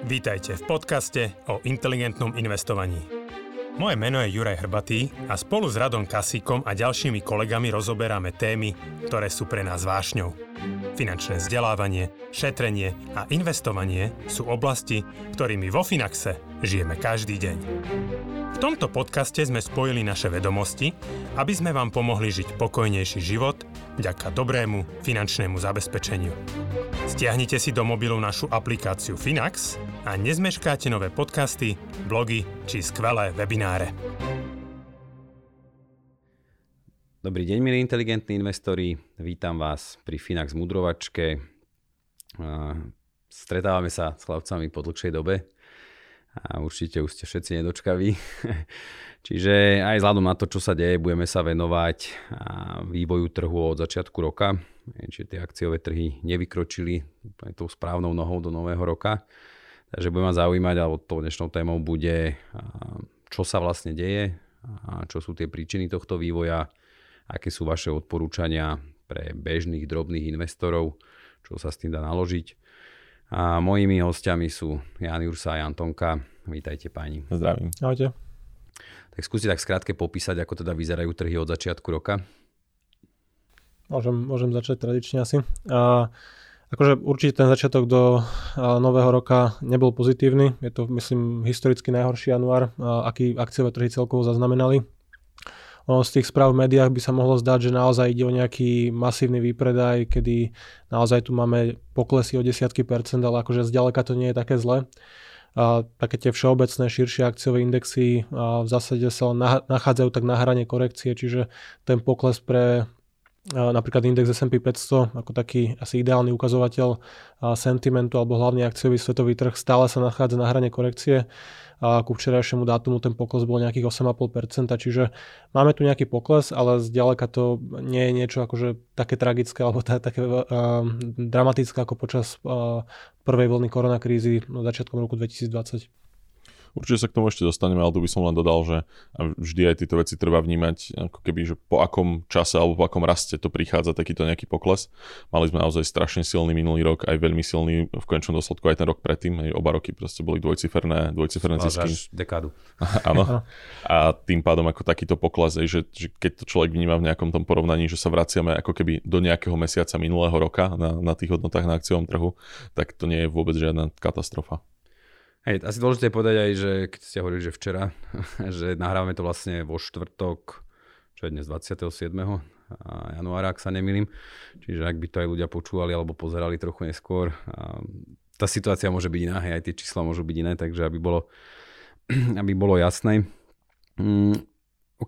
Vítajte v podcaste o inteligentnom investovaní. Moje meno je Juraj Hrbatý a spolu s Radom Kasíkom a ďalšími kolegami rozoberáme témy, ktoré sú pre nás vášňou. Finančné vzdelávanie, šetrenie a investovanie sú oblasti, ktorými vo Finaxe žijeme každý deň. V tomto podcaste sme spojili naše vedomosti, aby sme vám pomohli žiť pokojnejší život vďaka dobrému finančnému zabezpečeniu. Stiahnite si do mobilu našu aplikáciu Finax a nezmeškáte nové podcasty, blogy či skvelé webináre. Dobrý deň, milí inteligentní investori. Vítam vás pri Finax Mudrovačke. Stretávame sa s chlapcami po dlhšej dobe a určite už ste všetci nedočkaví. Čiže aj vzhľadom na to, čo sa deje, budeme sa venovať vývoju trhu od začiatku roka. Čiže tie akciové trhy nevykročili tou správnou nohou do nového roka. Takže budem ma zaujímať, alebo tou dnešnou témou bude, čo sa vlastne deje, a čo sú tie príčiny tohto vývoja, aké sú vaše odporúčania pre bežných drobných investorov, čo sa s tým dá naložiť. A mojimi hostiami sú Jan Jursa a Jan Tonka. Vítajte páni. Zdravím. Ahojte. Tak skúste tak skrátke popísať, ako teda vyzerajú trhy od začiatku roka. Môžem začať tradične asi. Akože určite ten začiatok do nového roka nebol pozitívny. Je to, myslím, historicky najhorší január, aký akciové trhy celkovo zaznamenali. Z tých správ v médiách by sa mohlo zdať, že naozaj ide o nejaký masívny výpredaj, kedy naozaj tu máme poklesy o desiatky percent, ale akože zďaleka to nie je také zlé. Také tie všeobecné širšie akciové indexy v zásade sa nachádzajú tak na hrane korekcie, čiže ten pokles pre napríklad index S&P 500 ako taký asi ideálny ukazovateľ sentimentu alebo hlavný akciový svetový trh stále sa nachádza na hrane korekcie. Ku včerajšiemu dátumu ten pokles bol nejakých 8,5%, čiže máme tu nejaký pokles, ale zďaleka to nie je niečo akože také tragické alebo také dramatické ako počas prvej vlny koronakrízy začiatkom roku 2020. Určite sa k tomu ešte dostaneme, ale tu by som len dodal, že vždy aj tieto veci treba vnímať, ako keby, že po akom čase alebo po akom raste to prichádza takýto nejaký pokles. Mali sme naozaj strašne silný minulý rok, aj veľmi silný v konečnom dôsledku aj ten rok predtým. Oba roky proste boli dvojciferné zisky. Až dekádu. Áno. A tým pádom ako takýto pokles, že keď to človek vníma v nejakom tom porovnaní, že sa vraciame ako keby do nejakého mesiaca minulého roka na tých hodnotách na akciovom trhu, tak to nie je vôbec žiadna katastrofa. Hej, asi dôležité povedať aj, že keď ste hovorili, že včera, že nahrávame to vlastne vo štvrtok, čo je dnes 27. januára, ak sa nemýlim. Čiže ak by to aj ľudia počúvali alebo pozerali trochu neskôr, tá situácia môže byť iná, aj tie čísla môžu byť iné, takže aby bolo jasné. OK,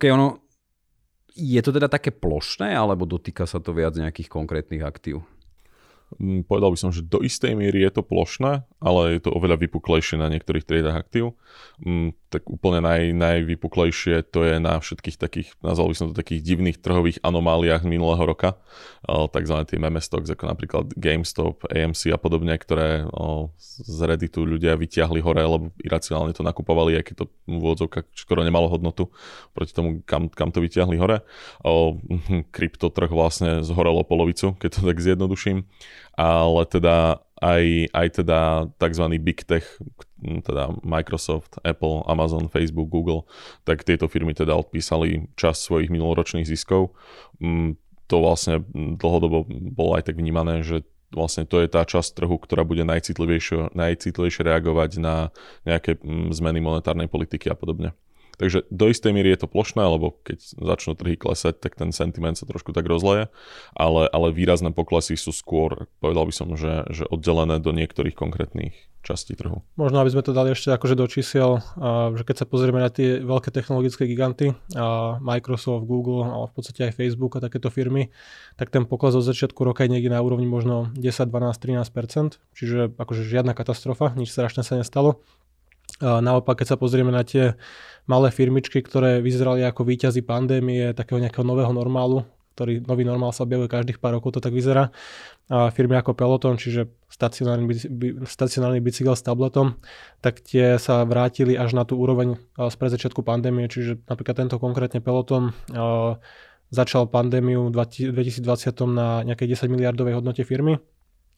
je to teda také plošné, alebo dotýka sa to viac nejakých konkrétnych aktív? Povedal by som, že do istej miery je to plošné, ale je to oveľa vypuklejšie na niektorých triedách aktív. Tak úplne najvypuklejšie to je na všetkých takých, nazval by som to takých divných trhových anomáliách minulého roka. Takzvané tie meme stocks, ako napríklad GameStop, AMC a podobne, ktoré z Redditu ľudia vyťahli hore, lebo iracionálne to nakupovali, aj keď to v úvodzovkách skoro nemalo hodnotu proti tomu, kam to vyťahli hore. Kryptotrh vlastne zhorelo polovicu, keď to tak zjednoduším. Ale teda aj teda tzv. Big Tech, teda Microsoft, Apple, Amazon, Facebook, Google, tak tieto firmy teda odpísali časť svojich minuloročných ziskov. To vlastne dlhodobo bolo aj tak vnímané, že vlastne to je tá časť trhu, ktorá bude najcitlivejšie reagovať na nejaké zmeny monetárnej politiky a podobne. Takže do istej miery je to plošné, lebo keď začnú trhy klesať, tak ten sentiment sa trošku tak rozleje, ale výrazné poklesy sú skôr, povedal by som, že oddelené do niektorých konkrétnych častí trhu. Možno, aby sme to dali ešte akože do čísiel, že keď sa pozrieme na tie veľké technologické giganty, Microsoft, Google, ale v podstate aj Facebook a takéto firmy, tak ten pokles od začiatku roka je niekde na úrovni možno 10, 12, 13%, čiže akože žiadna katastrofa, nič strašné sa nestalo. Naopak, keď sa pozrieme na tie malé firmičky, ktoré vyzerali ako víťazi pandémie, takého nejakého nového normálu, ktorý nový normál sa objavuje každých pár rokov, to tak vyzerá. Firmy ako Peloton, čiže stacionárny bicykel s tabletom, tak tie sa vrátili až na tú úroveň z predzačiatku pandémie, čiže napríklad tento konkrétne Peloton začal pandémiu v 2020 na nejakej 10 miliardovej hodnote firmy.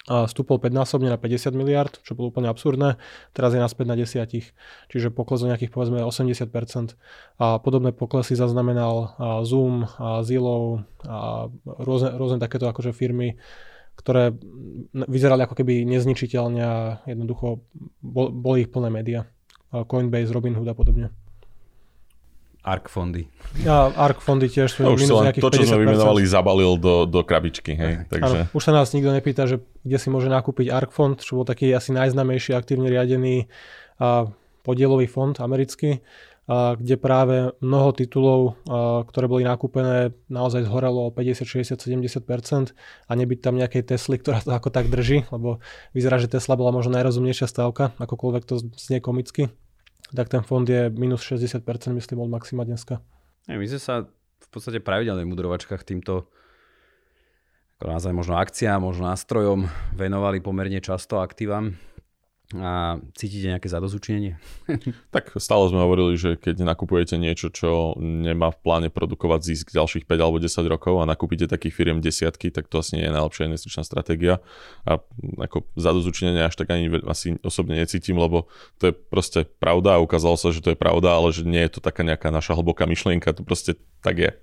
stúpol 5-násobne na 50 miliard, čo bolo úplne absurdné. Teraz je naspäť na 10, čiže pokles o nejakých povedzme 80%. A podobné poklesy zaznamenal Zoom, Zillow a rôzne takéto akože firmy, ktoré vyzerali ako keby nezničiteľne a jednoducho boli ich plné médiá. Coinbase, Robinhood a podobne. ARK fondy. A ARK fondy tiež sú minus nejakých 50%. To, čo sme vymenovali, zabalil do krabičky. Hej? Takže... Áno, už sa nás nikto nepýta, že kde si môže nakúpiť ARK fond, čo bol taký asi najznámejší aktívne riadený podielový fond americký, kde práve mnoho titulov, ktoré boli nakúpené, naozaj zhorelo o 50, 60, 70% a nebyť tam nejakej Tesly, ktorá to ako tak drží, lebo vyzerá, že Tesla bola možno najrozumnejšia stávka, akokoľvek to znie komicky. Tak ten fond je minus 60%, myslím, od maxima dneska. My sme sa v podstate pravidelne v mudrovačkách týmto naozaj možno akciám, možno nástrojom venovali pomerne často aktívam. A cítite nejaké zadozučinenie? Tak stále sme hovorili, že keď nakupujete niečo, čo nemá v pláne produkovať zisk ďalších 5 alebo 10 rokov a nakúpite takých firiem desiatky, tak to asi nie je najlepšia investičná stratégia. A ako zadozučinenie až tak ani asi osobne necítim, lebo to je proste pravda a ukázalo sa, že to je pravda, ale že nie je to taká nejaká naša hlboká myšlienka, to proste tak je.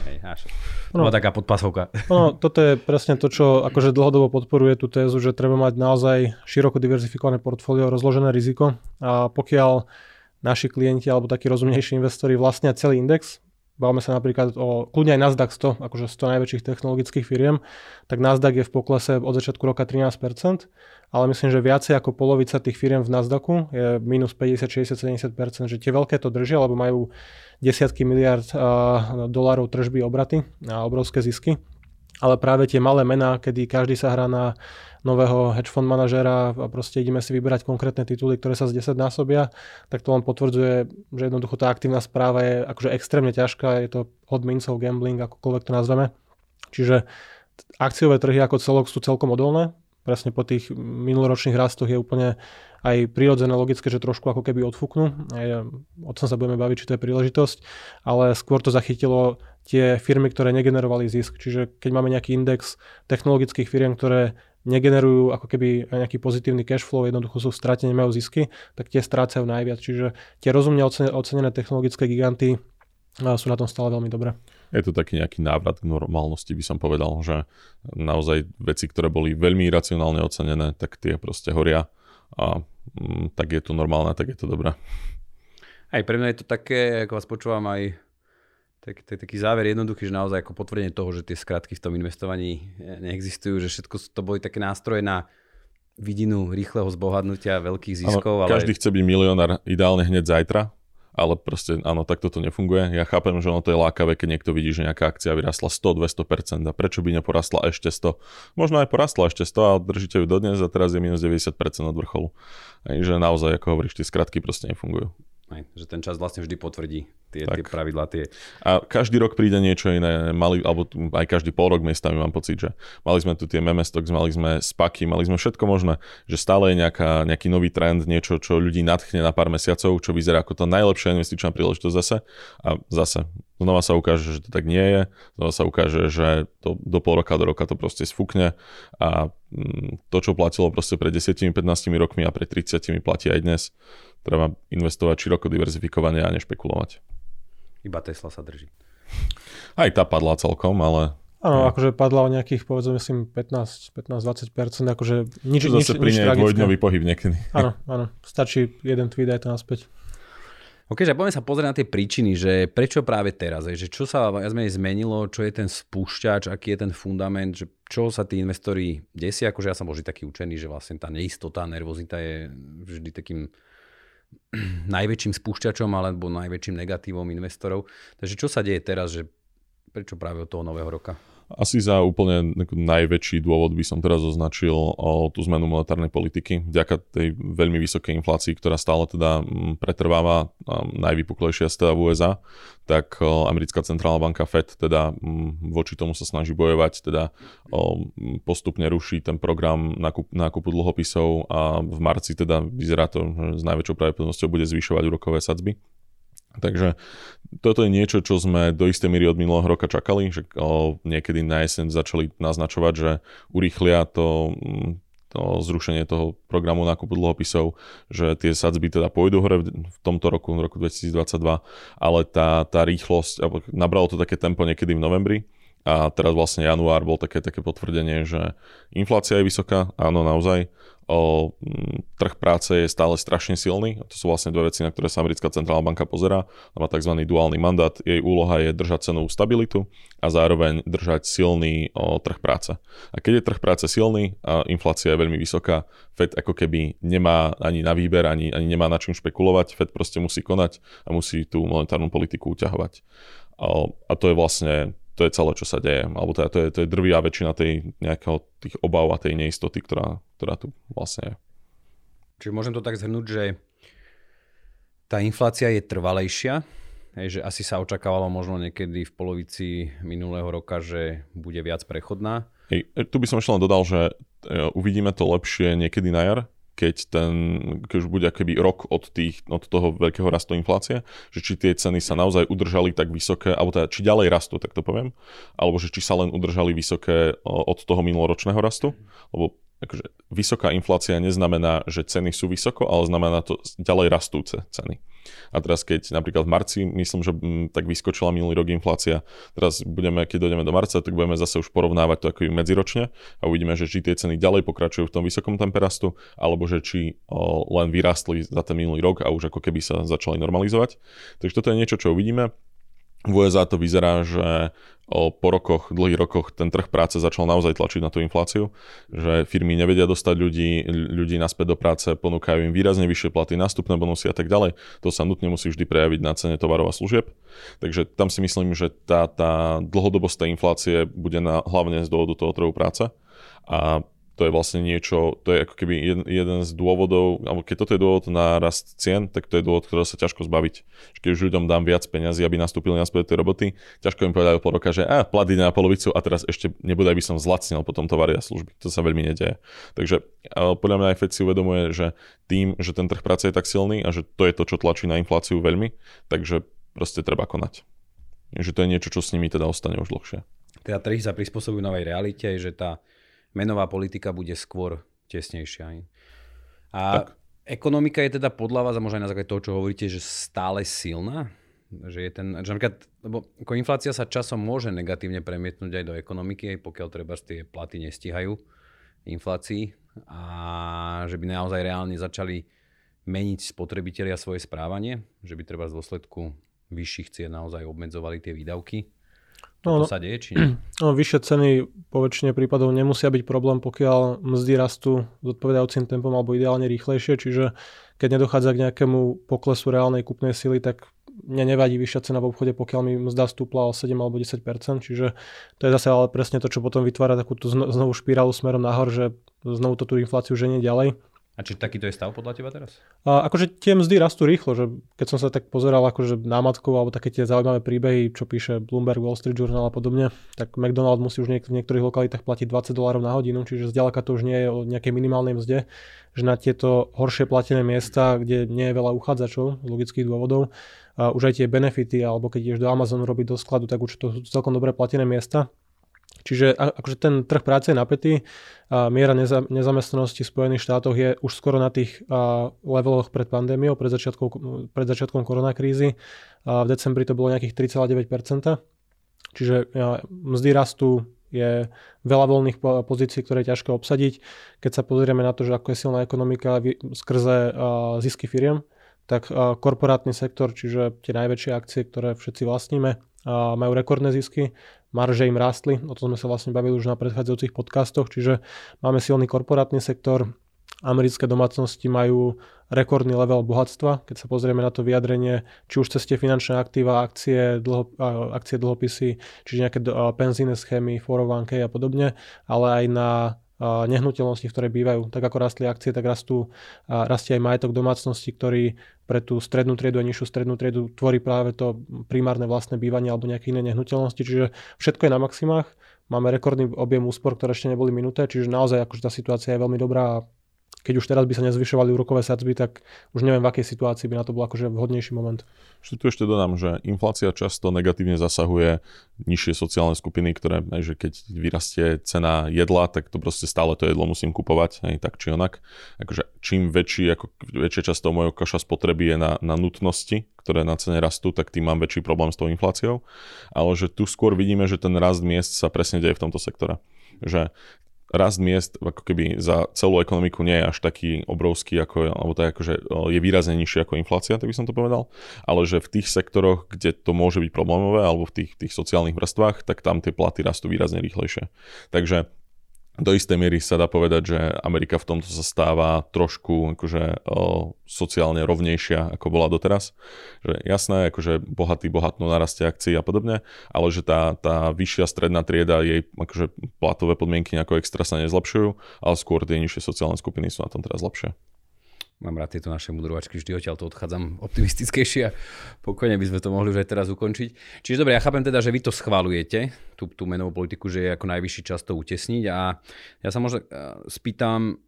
Bola taká podpasovka. Toto je presne to, čo akože dlhodobo podporuje tú tézu, že treba mať naozaj široko diverzifikované portfólio, rozložené riziko a pokiaľ naši klienti alebo takí rozumnejší investori vlastnia celý index, bavíme sa napríklad o kľudne aj Nasdaq 100, akože 100 najväčších technologických firiem, tak Nasdaq je v poklese od začiatku roka 13%, ale myslím, že viacej ako polovica tých firiem v Nasdaqu je minus 50, 60, 70%, že tie veľké to držia, lebo majú desiatky miliard dolárov tržby, obraty a obrovské zisky. Ale práve tie malé mená, kedy každý sa hrá na nového hedge fund manažera a proste ideme si vyberať konkrétne tituly, ktoré sa z 10 násobia, tak to len potvrdzuje, že jednoducho tá aktívna správa je akože extrémne ťažká, je to hot mincov gambling, akokoľvek to nazveme. Čiže akciové trhy ako celok sú celkom odolné. Presne po tých minuloročných rastoch je úplne aj prirodzené, logické, že trošku ako keby odfúknú. O tom sa budeme baviť, či to je príležitosť, ale skôr to zachytilo tie firmy, ktoré negenerovali zisk. Čiže keď máme nejaký index technologických firiem, ktoré negenerujú ako keby nejaký pozitívny cash flow, jednoducho sú v strate, nemajú zisky, tak tie strácajú najviac. Čiže tie rozumne ocenené technologické giganty sú na tom stále veľmi dobré. Je to taký nejaký návrat k normálnosti, by som povedal, že naozaj veci, ktoré boli veľmi iracionálne ocenené, tak tie proste horia a tak je to normálne, tak je to dobré. Aj pre mňa je to také, ako vás počúvam, aj taký záver jednoduchý, že naozaj ako potvrdenie toho, že tie skratky v tom investovaní neexistujú, že všetko to boli také nástroje na vidinu rýchleho zbohatnutia, veľkých ziskov. Ale každý chce byť milionár ideálne hneď zajtra, ale proste áno, takto to nefunguje. Ja chápem, že ono to je lákavé, keď niekto vidí, že nejaká akcia vyrastla 100-200% a prečo by neporastla ešte 100? Možno aj porastla ešte 100 a držíte ju dodnes a teraz je minus 90% od vrcholu. Takže naozaj, ako hovoríš, tie skratky proste nefungujú. Aj, že ten čas vlastne vždy potvrdí tie pravidlá. A každý rok príde niečo iné, alebo aj každý pol rok miestami mám pocit, že mali sme tu tie meme stocks, mali sme SPACy, mali sme všetko možné, že stále je nejaký nový trend, niečo, čo ľudí nadchne na pár mesiacov, čo vyzerá ako tá najlepšia investičná príležitosť zase. A zase znova sa ukáže, že to tak nie je, znova sa ukáže, že to do pol roka, do roka to proste sfúkne a to, čo platilo proste pred 10-15 rokmi a pred 30 platí aj dnes. Treba investovať široko diverzifikovane a nešpekulovať. Iba Tesla sa drží. Aj tá padla celkom, ale... Áno, akože padla o nejakých, povedzme, myslím, 15-20%, akože nič zase pri nej tragické. Dvojdňový pohyb niekedy. Áno, stačí jeden tweet, aj to naspäť. OK, že poďme sa pozrieť na tie príčiny, že prečo práve teraz, že čo sa zmenilo, čo je ten spúšťač, aký je ten fundament, že čo sa tí investori desia, akože ja som bol vždy taký učený, že vlastne tá neistota, nervozita je vždy takým najväčším spúšťačom alebo najväčším negatívom investorov. Takže čo sa deje teraz, že prečo práve od toho nového roka? Asi za úplne najväčší dôvod by som teraz označil o tú zmenu monetárnej politiky. Vďaka tej veľmi vysokej inflácii, ktorá stále teda pretrváva, najvypuklejšia z teda v USA, tak americká centrálna banka Fed teda voči tomu sa snaží bojovať, teda postupne ruší ten program nákupu dlhopisov a v marci teda vyzerá to, že s najväčšou pravdepodobnosťou bude zvyšovať úrokové sadzby. Takže toto je niečo, čo sme do istej miery od minulého roka čakali, že niekedy na jeseň začali naznačovať, že urýchlia zrušenie toho programu nákupu dlhopisov, že tie sadzby teda pôjdu hore v tomto roku 2022, ale tá rýchlosť, nabralo to také tempo niekedy v novembri a teraz vlastne január bol také potvrdenie, že inflácia je vysoká, áno, naozaj. Trh práce je stále strašne silný. To sú vlastne dve veci, na ktoré sa americká centrálna banka pozerá. Má tzv. Duálny mandát. Jej úloha je držať cenovú stabilitu a zároveň držať silný trh práce. A keď je trh práce silný a inflácia je veľmi vysoká, Fed ako keby nemá ani na výber, ani nemá na čím špekulovať. Fed proste musí konať a musí tú monetárnu politiku uťahovať. A to je vlastne to je celé, čo sa deje. Alebo to je drvivá väčšina tých obáv a tej neistoty, ktorá tu vlastne je. Čiže môžem to tak zhrnúť, že tá inflácia je trvalejšia, že asi sa očakávalo možno niekedy v polovici minulého roka, že bude viac prechodná. Tu by som ešte len dodal, že uvidíme to lepšie niekedy na jar, keď už bude akoby rok od toho veľkého rastu inflácie, že či tie ceny sa naozaj udržali tak vysoké, alebo teda či ďalej rastú, tak to poviem, alebo že či sa len udržali vysoké od toho minuloročného rastu, lebo akože vysoká inflácia neznamená, že ceny sú vysoko, ale znamená to ďalej rastúce ceny. A teraz keď napríklad v marci, myslím, že tak vyskočila minulý rok inflácia, teraz keď dojdeme do marca, tak budeme zase už porovnávať to ako medziročne a uvidíme, že či tie ceny ďalej pokračujú v tom vysokom tempe rastu, alebo že či len vyrástli za ten minulý rok a už ako keby sa začali normalizovať. Takže toto je niečo, čo uvidíme. V USA to vyzerá, že po dlhých rokoch ten trh práce začal naozaj tlačiť na tú infláciu, že firmy nevedia dostať ľudí naspäť do práce, ponúkajú im výrazne vyššie platy, nástupné bonusy a tak ďalej. To sa nutne musí vždy prejaviť na cene tovarov a služieb. Takže tam si myslím, že tá dlhodobosť tej inflácie bude hlavne z dôvodu toho trhu práce. A to je vlastne niečo, to je ako keby jeden z dôvodov, alebo keď toto je dôvod na rast cien, tak to je dôvod, ktorého sa ťažko zbaviť. Keď už ľuďom dám viac peňazí, aby nastúpili naspäť do tej roboty, ťažko im povedajú pol roka, že plat ide na polovicu a teraz ešte nebude, aby som zlacnil potom tovary a služby. To sa veľmi nedeje. Takže podľa mňa aj Fed si uvedomuje, že tým, že ten trh práce je tak silný a že to je to, čo tlačí na infláciu veľmi, takže proste treba konať. Že to je niečo, čo s nimi teda ostane už dlhšie. Teda trhy sa prispôsobujú novej realite, že tá menová politika bude skôr tesnejšia. A tak. Ekonomika je teda podľa vás, a možno aj na základe toho, čo hovoríte, že stále silná? Že napríklad, lebo ako inflácia sa časom môže negatívne premietnúť aj do ekonomiky, aj pokiaľ treba tie platy nestíhajú inflácii a že by naozaj reálne začali meniť spotrebitelia svoje správanie, že by treba z dôsledku vyšších cien naozaj obmedzovali tie výdavky. To sa deje, či nie? Vyššie ceny po väčšine prípadov nemusia byť problém, pokiaľ mzdy rastú s odpovedajúcim tempom alebo ideálne rýchlejšie, čiže keď nedochádza k nejakému poklesu reálnej kúpnej sily, tak mne nevadí vyššia cena v obchode, pokiaľ mi mzda stúpla o 7 alebo 10%, čiže to je zase ale presne to, čo potom vytvára takúto znovu špirálu smerom nahor, že znovu to tú infláciu ženie ďalej. A či takýto je stav podľa teba teraz? Akože tie mzdy rastú rýchlo, že keď som sa tak pozeral akože námatkov alebo také tie zaujímavé príbehy, čo píše Bloomberg, Wall Street Journal a podobne, tak McDonald musí už v niektorých lokalitách platiť $20 na hodinu, čiže zďaleka to už nie je o nejakej minimálnej mzde, že na tieto horšie platené miesta, kde nie je veľa uchádzačov z logických dôvodov, už aj tie benefity, alebo keď ideš do Amazonu robiť do skladu, tak už to sú celkom dobre platené miesta. Čiže akože ten trh práce je napätý, miera nezamestnanosti v Spojených štátoch je už skoro na tých leveloch pred pandémiou, pred začiatkom koronakrízy. V decembri to bolo nejakých 3,9%. Čiže mzdy rastú, je veľa voľných pozícií, ktoré je ťažké obsadiť. Keď sa pozrieme na to, že ako je silná ekonomika skrze zisky firiem, tak korporátny sektor, čiže tie najväčšie akcie, ktoré všetci vlastníme, majú rekordné zisky, marže im rástli, o tom sme sa vlastne bavili už na predchádzajúcich podcastoch, čiže máme silný korporátny sektor, americké domácnosti majú rekordný level bohatstva, keď sa pozrieme na to vyjadrenie, či už cez tie finančné aktíva, akcie, dlhopisy, čiže nejaké penzíne schémy, 401k a podobne, ale aj na nehnuteľnosti, ktoré bývajú. Tak ako rastli akcie, tak rastie aj majetok domácnosti, ktorý pre tú strednú triedu a nižšiu strednú triedu tvorí práve to primárne vlastné bývanie alebo nejaké iné nehnuteľnosti. Čiže všetko je na maximách. Máme rekordný objem úspor, ktoré ešte neboli minuté, čiže naozaj akože tá situácia je veľmi dobrá. keď už teraz by sa nezvyšovali úrokové sadzby, tak už neviem, v akej situácii by na to bol akože vhodnejší moment. Tu ešte dodám, že inflácia často negatívne zasahuje nižšie sociálne skupiny, ktoré, že keď vyrastie cena jedla, tak to proste stále to jedlo musím kupovať, tak či onak. Akože čím väčšia časť toho mojho koša spotreby je na nutnosti, ktoré na cene rastú, tak tým mám väčší problém s tou infláciou. Ale že tu skôr vidíme, že ten rast miest sa presne deje v tomto sektore. Že rast miest ako keby za celú ekonomiku nie je až taký obrovský, alebo tak akože je výrazne nižší ako inflácia, tak by som to povedal, ale že v tých sektoroch, kde to môže byť problémové, alebo v tých sociálnych vrstvách, tak tam tie platy rastú výrazne rýchlejšie. Takže do istej miery sa dá povedať, že Amerika v tomto sa stáva trošku akože, sociálne rovnejšia, ako bola doteraz. Že jasné, akože bohatí bohatnú narastie akcií a podobne, ale že tá vyššia stredná trieda, jej akože platové podmienky nejako extra sa nezlepšujú, ale skôr tie nižšie sociálne skupiny sú na tom teraz lepšie. Mám rád tieto naše mudrovačky, vždy odtiaľ to odchádzam optimistickejšie a pokojne by sme to mohli už aj teraz ukončiť. Čiže dobre, ja chápem teda, že vy to schvaľujete, tú menovú politiku, že je ako najvyšší čas to utesniť a ja sa možno spýtam,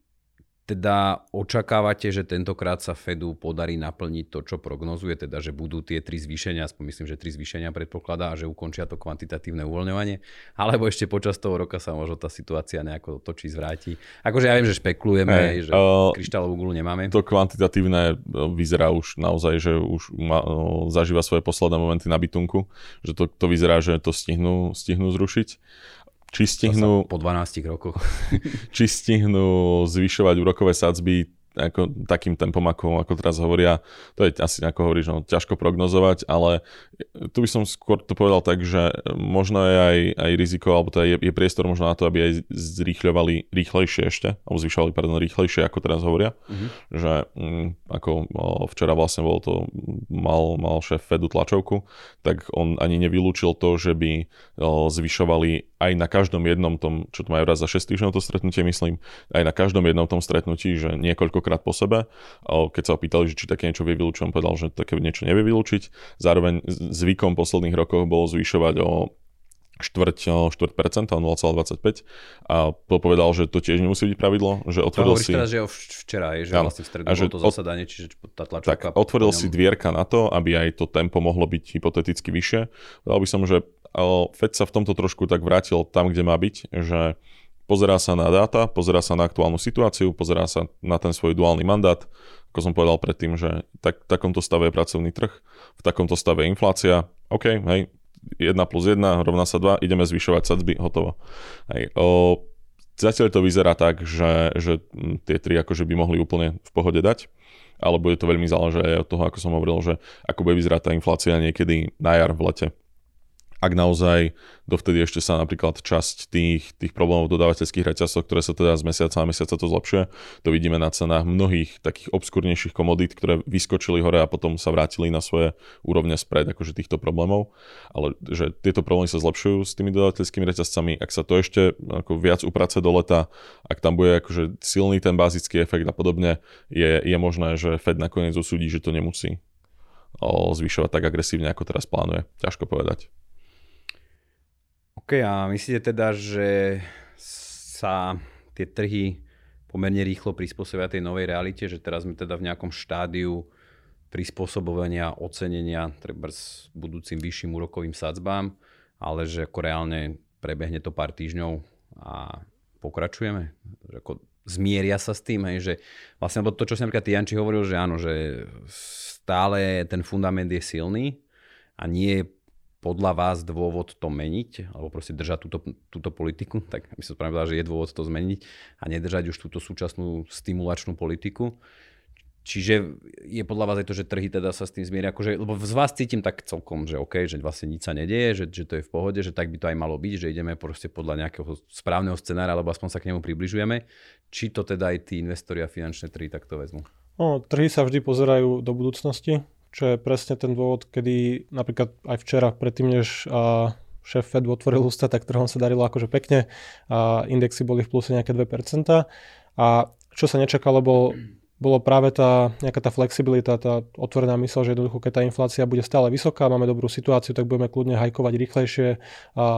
teda očakávate, že tentokrát sa Fedu podarí naplniť to, čo prognozuje, teda že budú tie 3 zvýšenia, aspoň myslím, že 3 zvýšenia predpokladá a že ukončia to kvantitatívne uvoľňovanie, alebo ešte počas toho roka sa možno tá situácia nejako točí, zvráti. Akože ja viem, že špekulujeme, že kryštálovú guľu nemáme. To kvantitatívne vyzerá už naozaj, že už zažíva svoje posledné momenty na bytunku, že to vyzerá, že to stihnú zrušiť. Či stihnú po 12 rokoch. Či stihnú zvyšovať úrokové sadzby ako takým tempom, ako teraz hovoria, to je asi, ako hovoríš, no, ťažko prognozovať, ale tu by som skôr to povedal tak, že možno je aj riziko, alebo teda je priestor možno na to, aby aj zrýchľovali rýchlejšie ešte, alebo zvyšovali, rýchlejšie, ako teraz hovoria. Že ako včera vlastne mal šéf Fedu tlačovku, tak on ani nevylúčil to, že by zvyšovali aj na každom jednom tom, čo to majú raz za 6 týždňov to stretnutie, myslím, aj na každom jednom tom stretnutí, že niekoľkokrát po sebe. Keď sa opýtali, že či také niečo vie vylúčiť, on povedal, že také niečo nevie vylúčiť. Zároveň zvykom posledných rokov bolo zvyšovať o 0,25%, 0,25 a povedal, že to tiež nemusí byť pravidlo, že otvoril si... teraz, že včera je, že vlastne v stredu bolo to zasadanie, čiže tá tlačovka... Tak otvoril si dvierka na to, aby aj to tempo mohlo byť hypoteticky vyššie. Povedal by som, že Fed sa v tomto trošku tak vrátil tam, kde má byť, že pozerá sa na dáta, pozerá sa na aktuálnu situáciu, pozerá sa na ten svoj duálny mandát, ako som povedal predtým, že v takomto stave je pracovný trh, v takomto stave je inflácia, OK, hej, 1 plus 1 rovná sa 2, ideme zvyšovať sadzby, hotovo. Hej, zatiaľ to vyzerá tak, že tie 3 akože by mohli úplne v pohode dať, ale bude to veľmi záležať aj od toho, ako som hovoril, že ako bude vyzerať tá inflácia niekedy na jar v lete. Ak naozaj dovtedy ešte sa napríklad časť tých problémov v dodávateľských reťazcoch, ktoré sa teda z mesiaca na mesiac to zlepšuje, to vidíme na cenách mnohých takých obskúrnejších komodít, ktoré vyskočili hore a potom sa vrátili na svoje úrovne spred akože týchto problémov. Ale že tieto problémy sa zlepšujú s tými dodávateľskými reťazcami, ak sa to ešte ako viac uprace do leta, ak tam bude akože silný ten bazický efekt a podobne, je možné, že Fed nakoniec usúdi, že to nemusí zvyšovať tak agresívne, ako teraz plánuje. Ťažko povedať. OK, a myslíte teda, že sa tie trhy pomerne rýchlo prispôsobia tej novej realite, že teraz sme teda v nejakom štádiu prispôsobovania, ocenenia treba s budúcim vyšším úrokovým sadzbám, ale že ako reálne prebehne to pár týždňov a pokračujeme? Ako zmieria sa s tým, hej, že vlastne to, čo si napríklad Janči hovoril, že áno, že stále ten fundament je silný a nie je podľa vás dôvod to meniť, alebo proste držať túto politiku, tak by som povedal, že je dôvod to zmeniť a nedržať už túto súčasnú stimulačnú politiku. Čiže je podľa vás aj to, že trhy teda sa s tým zmieria, akože, lebo z vás cítim tak celkom, že OK, že vlastne nič sa nedieje, že to je v pohode, že tak by to aj malo byť, že ideme proste podľa nejakého správneho scenára, alebo aspoň sa k nemu približujeme. Či to teda aj tí investori a finančné trhy takto vezmú? Trhy sa vždy pozerajú do budúcnosti, čo je presne ten dôvod, kedy napríklad aj včera, predtým než šéf Fedu otvoril ústa, tak trhom sa darilo akože pekne a indexy boli v pluse nejaké 2%. A čo sa nečakalo, bolo práve nejaká tá flexibilita, tá otvorená myseľ, že jednoducho, keď tá inflácia bude stále vysoká, máme dobrú situáciu, tak budeme kľudne hajkovať rýchlejšie a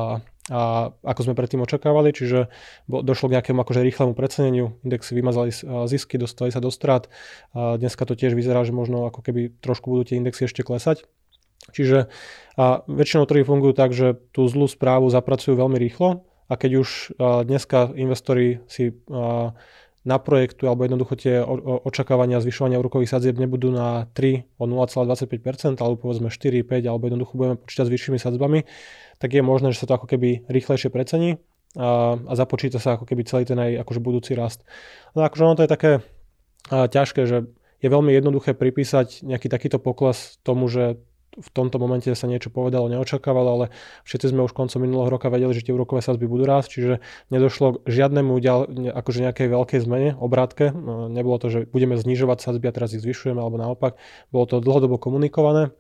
ako sme predtým očakávali, čiže došlo k nejakému akože rýchlemu preceneniu, indexy vymazali zisky, dostali sa do strát. Dneska to tiež vyzerá, že možno ako keby trošku budú tie indexy ešte klesať. Čiže väčšinou trhy fungujú tak, že tú zlú správu zapracujú veľmi rýchlo a keď už dneska investori si naprojektujú alebo jednoducho tie očakávania zvyšovania úrokových sadzieb nebudú na 3 o 0,25%, alebo povedzme 4, 5, alebo jednoducho budeme počítať s vyššími sadzbami, tak je možné, že sa to ako keby rýchlejšie precení a započíta sa ako keby celý ten aj akože budúci rast. No akože ono to je také ťažké, že je veľmi jednoduché pripísať nejaký takýto pokles tomu, že v tomto momente sa niečo povedalo, neočakávalo, ale všetci sme už koncom minulého roka vedeli, že tie úrokové sadzby budú rásť, čiže nedošlo k žiadnemu akože nejakej veľkej zmene, obrátke. Nebolo to, že budeme znižovať sadzby a teraz ich zvyšujeme, alebo naopak. Bolo to dlhodobo komunikované.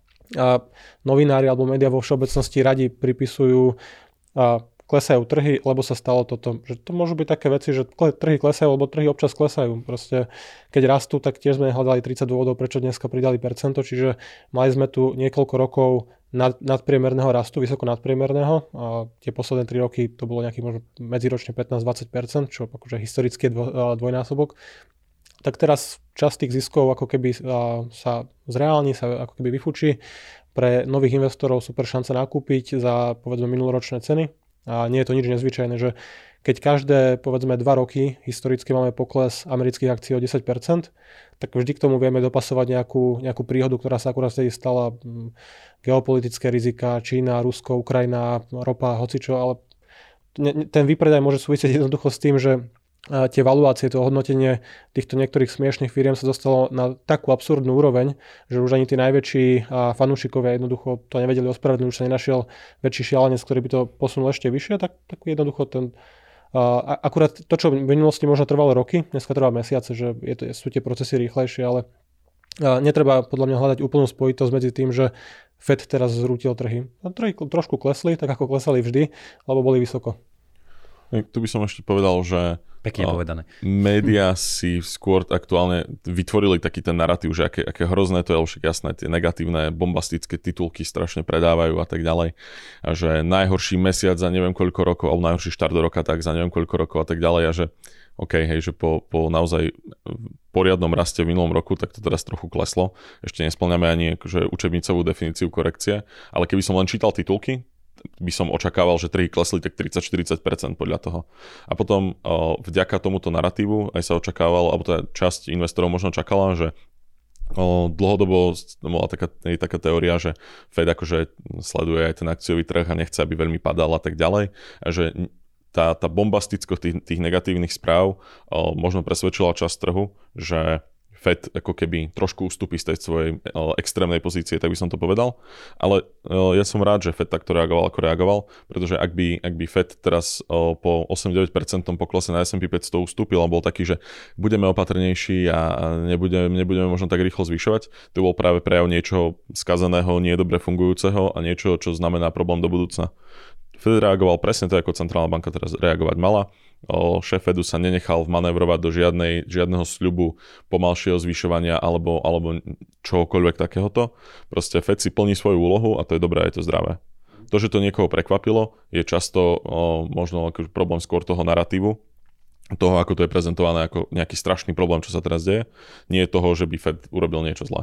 A novinári alebo médiá vo všeobecnosti radi pripisujú klesajú trhy, lebo sa stalo toto. Že to môžu byť také veci, že trhy klesajú, lebo trhy občas klesajú. Proste, keď rastú, tak tiež sme hľadali 30 dôvodov, prečo dneska pridali percento, čiže mali sme tu niekoľko rokov nadpriemerného rastu, vysoko nadpriemerného. A tie posledné 3 roky to bolo nejaký možno medziročne 15-20%, čo akože historicky je dvojnásobok. Tak teraz časť tých ziskov ako keby sa zreálni, sa ako keby vyfučí. Pre nových investorov super šanca nakúpiť za povedzme minuloročné ceny. A nie je to nič nezvyčajné, že keď každé povedzme 2 roky historicky máme pokles amerických akcií o 10%, tak vždy k tomu vieme dopasovať nejakú príhodu, ktorá sa akurát vtedy stala, geopolitické rizika, Čína, Rusko, Ukrajina, ropa, hocičo, ale ten výpredaj môže súvisieť jednoducho s tým, že tie valuácie, to hodnotenie týchto niektorých smiešných firiem sa dostalo na takú absurdnú úroveň, že už ani tí najväčší fanúšikovia jednoducho to nevedeli ospravedlniť, už sa nenašiel väčší šialenec, ktorý by to posunul ešte vyššie, tak jednoducho akurát to, čo v minulosti možno trvalo roky, dneska trvá mesiace, že sú tie procesy rýchlejšie, ale netreba podľa mňa hľadať úplnú spojitosť medzi tým, že Fed teraz zrútil trhy. Trhy trošku klesli, tak ako klesali vždy, lebo boli vysoko. Tu by som ešte povedal, že pekne povedané. Média si skôr aktuálne vytvorili taký ten narratív, že aké hrozné to je, však jasné, tie negatívne, bombastické titulky strašne predávajú a tak ďalej. A že najhorší mesiac za neviem koľko rokov, alebo najhorší štart do roka tak za neviem koľko rokov a tak ďalej. A že OK, hej, že po naozaj poriadnom raste v minulom roku, tak to teraz trochu kleslo. Ešte nespĺňame ani akože učebnicovú definíciu korekcie, ale keby som len čítal titulky, by som očakával, že trhy klesli tak 30-40% podľa toho. A potom vďaka tomuto narratívu aj sa očakávalo, alebo tá časť investorov možno čakala, že dlhodobo bola taká teória, že Fed akože sleduje aj ten akciový trh a nechce, aby veľmi padal a tak ďalej. A že tá bombastickosť tých negatívnych správ možno presvedčila časť trhu, že Fed ako keby trošku ustúpi z tej svojej extrémnej pozície, tak by som to povedal. Ale ja som rád, že Fed takto reagoval, ako reagoval, pretože ak by Fed teraz po 8-9% poklese na S&P 500 ustúpil a bol taký, že budeme opatrnejší a nebudeme možno tak rýchlo zvyšovať, to bol práve prejav niečoho skazeného, nie dobre fungujúceho a niečo, čo znamená problém do budúcna. Fed reagoval presne to, ako centrálna banka teraz reagovať mala. Šéf Fedu sa nenechal vmanévrovať do žiadneho sľubu pomalšieho zvyšovania alebo čohokoľvek takéhoto. Proste Fed si plní svoju úlohu a to je dobré, je to zdravé. To, že to niekoho prekvapilo, je často možno problém skôr toho narratívu, toho, ako to je prezentované ako nejaký strašný problém, čo sa teraz deje. Nie je toho, že by Fed urobil niečo zlé.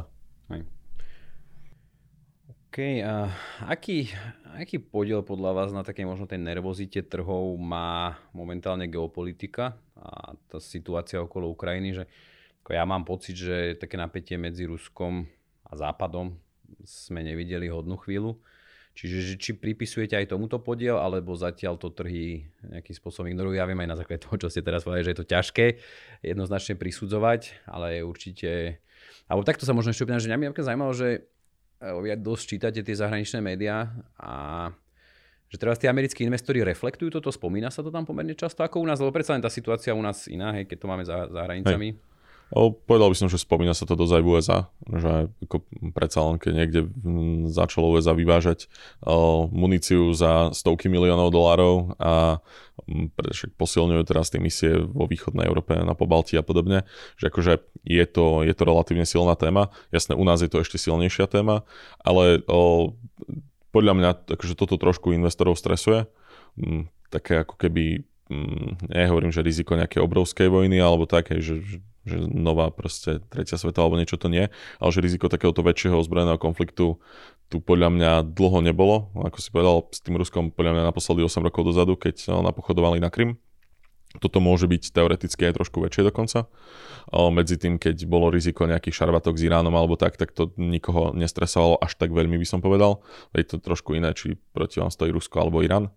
OK, a aký podiel podľa vás na takej možno tej nervozite trhov má momentálne geopolitika a tá situácia okolo Ukrajiny, že ja mám pocit, že také napätie medzi Ruskom a Západom sme nevideli hodnú chvíľu. Čiže či pripisujete aj tomuto podiel, alebo zatiaľ to trhy nejakým spôsobom ignorujú? Ja viem aj na základe toho, čo ste teraz povedali, že je to ťažké jednoznačne prisudzovať, ale určite... Alebo takto sa možno ešte opýtam, že mňa zaujímalo, že ja dosť čítate tie zahraničné médiá a že teraz tí americkí investori reflektujú toto, spomína sa to tam pomerne často ako u nás, lebo predsa len tá situácia u nás iná, hej, keď to máme za hranicami. Povedal by som, že spomína sa to dosť aj v USA, že ako predsa len keď niekde začalo USA vyvážať muníciu za stovky miliónov dolárov a posilňujú teraz tie misie vo východnej Európe, na Pobaltí a podobne, že akože je to relatívne silná téma. Jasné, u nás je to ešte silnejšia téma, ale podľa mňa akože toto trošku investorov stresuje. také ako keby, nehovorím, že riziko nejakej obrovskej vojny alebo také, že nová proste tretia svetová alebo niečo to nie, ale že riziko takéhoto väčšieho ozbrojeného konfliktu tu podľa mňa dlho nebolo. Ako si povedal, s tým Ruskom podľa mňa naposledy 8 rokov dozadu, keď napochodovali na Krym. Toto môže byť teoreticky aj trošku väčšie dokonca. Medzi tým, keď bolo riziko nejakých šarvatok s Iránom alebo tak to nikoho nestresovalo až tak veľmi, by som povedal. Je to trošku iné, či proti vám stojí Rusko alebo Irán.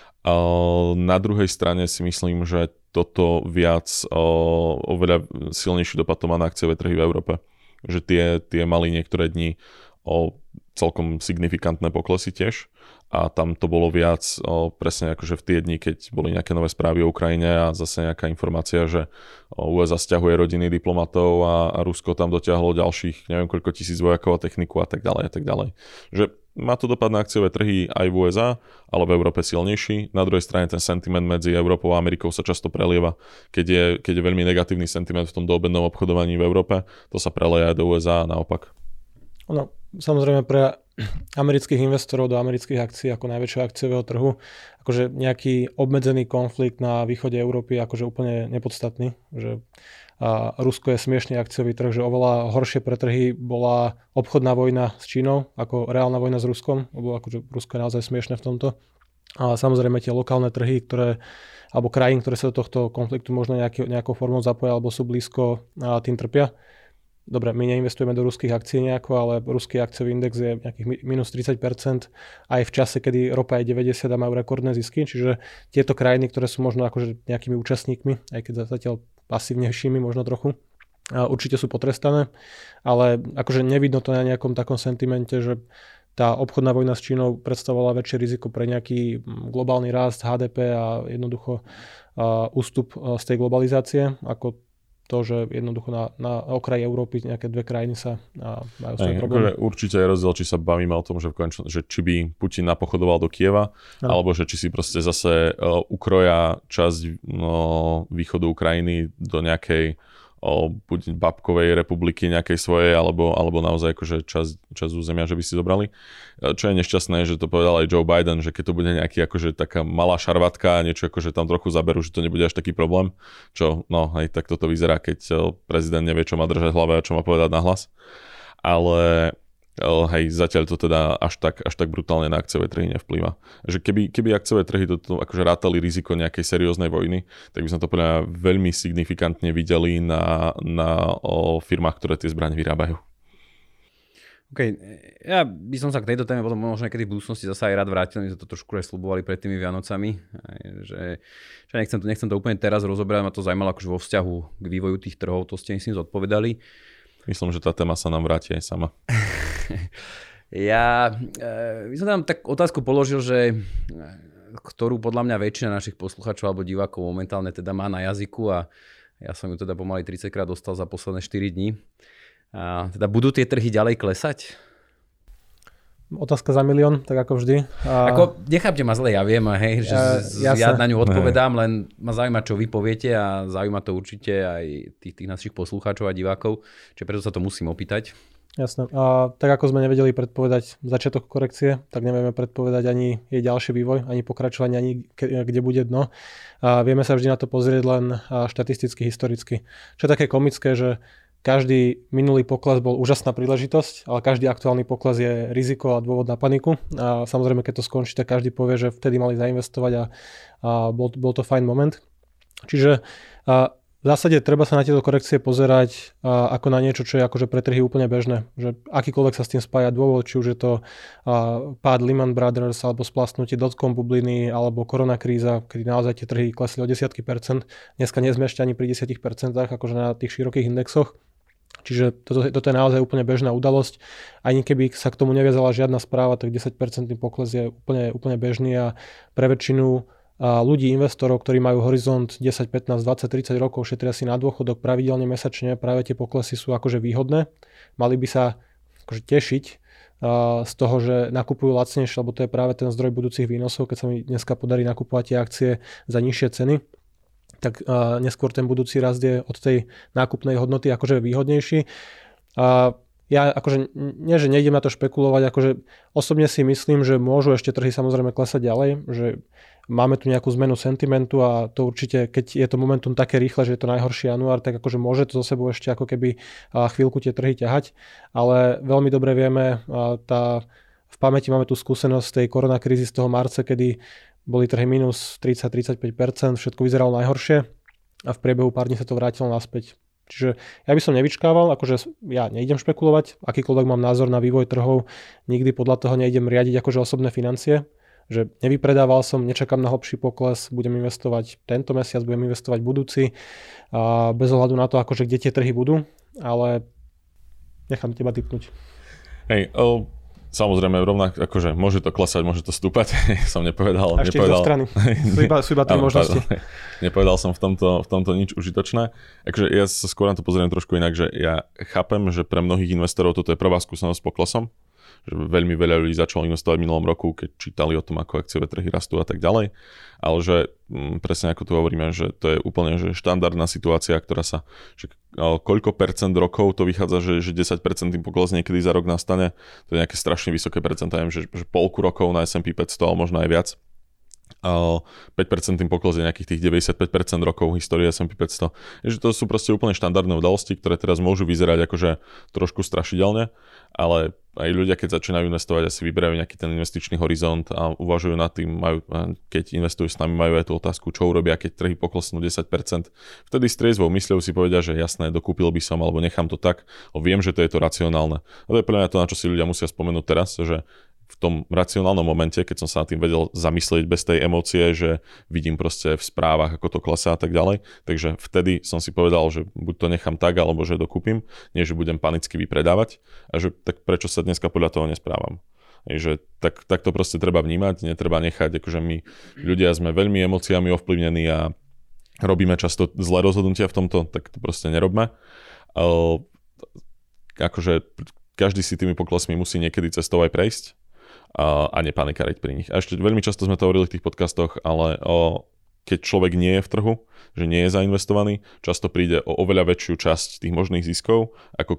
Na druhej strane si myslím, že toto viac oveľa silnejší dopad to má na akciové trhy v Európe. Že tie mali niektoré dni celkom signifikantné poklesy tiež. A tam to bolo viac presne akože v tie dni, keď boli nejaké nové správy o Ukrajine a zase nejaká informácia, že USA sťahuje rodiny diplomatov a Rusko tam dotiahlo ďalších neviem koľko tisíc vojakov a techniku a tak ďalej a tak ďalej. Že má to dopad na akciové trhy aj v USA, ale v Európe silnejší. Na druhej strane ten sentiment medzi Európou a Amerikou sa často prelieva. Keď je veľmi negatívny sentiment v tom doobednom obchodovaní v Európe, to sa preleje aj do USA a naopak. No, samozrejme pre amerických investorov do amerických akcií ako najväčšieho akciového trhu, akože nejaký obmedzený konflikt na východe Európy je akože úplne nepodstatný, že Rusko je smiešný akciový trh, že oveľa horšie pre trhy bola obchodná vojna s Čínou ako reálna vojna s Ruskom, lebo akože Rusko je naozaj smiešné v tomto. A samozrejme tie lokálne trhy, alebo krajín, ktoré sa do tohto konfliktu možno nejakou formou zapoja alebo sú blízko, tým trpia. Dobre, my neinvestujeme do ruských akcií nejako, ale ruský akciový index je nejakých minus 30% aj v čase, kedy ropa je 90 a majú rekordné zisky. Čiže tieto krajiny, ktoré sú možno akože nejakými účastníkmi, aj keď zatiaľ pasívnejšími možno trochu, určite sú potrestané, ale akože nevidno to na nejakom takom sentimente, že tá obchodná vojna s Čínou predstavovala väčšie riziko pre nejaký globálny rast HDP a jednoducho ústup z tej globalizácie, ako to, že jednoducho na okraji Európy nejaké dve krajiny sa majú svoje problémy. Určite je rozdiel, či sa bavíme o tom, že či by Putin napochodoval do Kieva, alebo že či si proste zase ukroja časť východu Ukrajiny do nejakej buď babkovej republiky nejakej svojej, alebo naozaj akože časť územia, že by si zobrali. Čo je nešťastné, že to povedal aj Joe Biden, že keď to bude nejaký akože taká malá šarvatka, niečo akože tam trochu zaberú, že to nebude až taký problém. Čo, aj tak toto vyzerá, keď prezident nevie, čo má držať v hlave a čo má povedať nahlas. Ale zatiaľ to teda až tak brutálne na akciové trhy nevplýva. Že keby akciové trhy toto akože rátali riziko nejakej serióznej vojny, tak by sme to podľa mňa veľmi signifikantne videli na firmách, ktoré tie zbraň vyrábajú. OK, ja by som sa k tejto téme potom možno niekedy v budúcnosti zasa aj rád vrátil, my sme to trošku aj slubovali pred tými Vianocami, že nechcem to úplne teraz rozoberať, ma to zaujímalo akože vo vzťahu k vývoju tých trhov, to ste myslím zodpovedali. Myslím, že tá téma sa nám vráti aj sama. Ja by som tam tak otázku položil, že ktorú podľa mňa väčšina našich posluchačov alebo divákov momentálne teda má na jazyku a ja som ju teda pomaly 30 krát dostal za posledné 4 dní. A teda budú tie trhy ďalej klesať? Otázka za milión, tak ako vždy. Ako, nechápte ma zle, ja viem, hej, že ja na ňu odpovedám, len ma zaujíma, čo vy poviete a zaujíma to určite aj tých našich poslucháčov a divákov, čiže preto sa to musím opýtať. Jasné. A tak ako sme nevedeli predpovedať začiatok korekcie, tak nevieme predpovedať ani jej ďalší vývoj, ani pokračovanie, ani kde bude dno. A vieme sa vždy na to pozrieť len štatisticky, historicky. Čo je také komické, že každý minulý pokles bol úžasná príležitosť, ale každý aktuálny pokles je riziko a dôvod na paniku. A samozrejme, keď to skončí, tak každý povie, že vtedy mali zainvestovať a bol to fajn moment. Čiže v zásade treba sa na tieto korekcie pozerať ako na niečo, čo je akože pre trhy úplne bežné. Že akýkoľvek sa s tým spája dôvod, či už je to pád Lehman Brothers, alebo splasnutie dotcom bubliny, alebo koronakríza, kedy naozaj tie trhy klesli o 10%. Dneska nie sme ešte ani pri 10%, akože na tých širokých indexoch. Čiže toto je naozaj úplne bežná udalosť. Ani keby sa k tomu neviazala žiadna správa, tak 10% pokles je úplne bežný a pre väčšinu ľudí, investorov, ktorí majú horizont 10, 15, 20, 30 rokov, šetria si na dôchodok pravidelne mesačne, práve tie poklesy sú akože výhodné. Mali by sa akože tešiť z toho, že nakupujú lacnejšie, lebo to je práve ten zdroj budúcich výnosov. Keď sa mi dneska podarí nakupovať tie akcie za nižšie ceny, tak neskôr ten budúci rast je od tej nákupnej hodnoty akože výhodnejší. ja akože nie, že nejdem na to špekulovať, akože osobne si myslím, že môžu ešte trhy samozrejme klesať ďalej, že máme tu nejakú zmenu sentimentu a to určite, keď je to momentum také rýchle, že je to najhorší január, tak akože môže to zo sebou ešte ako keby chvíľku tie trhy ťahať, ale veľmi dobre vieme, v pamäti máme tú skúsenosť z tej koronakrízy z toho marca, kedy boli trhy minus 30-35%, všetko vyzeralo najhoršie a v priebehu pár dní sa to vrátilo naspäť. Čiže ja by som nevyčkával, akože ja nejdem špekulovať, akýkoľvek mám názor na vývoj trhov, nikdy podľa toho nejdem riadiť akože osobné financie, že nevypredával som, nečakám na hlbší pokles, budem investovať tento mesiac, budem investovať budúci, a bez ohľadu na to, akože kde tie trhy budú, ale nechám teba tipnúť. Hej, samozrejme, rovnako, akože môže to klesať, môže to stúpať, som nepovedal. A ešte zo strany, sú iba tri možnosti. Nepovedal som v tomto nič užitočné. Akože ja sa skôr na to pozriem trošku inak, že ja chápem, že pre mnohých investorov toto je prvá skúsenosť s poklesom, že veľmi veľa ľudí začalo investovať v minulom roku, keď čítali o tom, ako akciové trhy rastú a tak ďalej, ale že presne ako tu hovoríme, že to je úplne že štandardná situácia, ktorá sa, že koľko percent rokov to vychádza, že 10% pokles niekedy za rok nastane, to je nejaké strašne vysoké percent, že polku rokov na S&P 500, ale možno aj viac. 5% pokles je nejakých tých 95% rokov histórie S&P 500. Takže to sú proste úplne štandardné udalosti, ktoré teraz môžu vyzerať akože trošku strašidelne, ale aj ľudia, keď začínajú investovať, asi vyberajú nejaký ten investičný horizont a uvažujú nad tým, keď investujú s nami, majú aj tú otázku, čo urobia, keď trhy poklesnú 10%. Vtedy s triezvou mysľou si povedia, že jasné, dokúpil by som alebo nechám to tak, viem, že to je to racionálne. A to je pre mňa to, na čo si ľudia musia spomenúť teraz, že v tom racionálnom momente, keď som sa nad tým vedel zamyslieť bez tej emócie, že vidím proste v správach, ako to klesá a tak ďalej. Takže vtedy som si povedal, že buď to nechám tak, alebo že dokúpim, nie že budem panicky vypredávať a že tak prečo sa dneska podľa toho nesprávam. Takže tak to proste treba vnímať, netreba nechať, akože my ľudia sme veľmi emóciami ovplyvnení a robíme často zlé rozhodnutia v tomto, tak to proste nerobme. Akože každý si tými poklesmi musí niekedy cestou aj prejsť a nepanikariť pri nich. A ešte veľmi často sme to hovorili v tých podcastoch, ale keď človek nie je v trhu, že nie je zainvestovaný, často príde o oveľa väčšiu časť tých možných ziskov, ako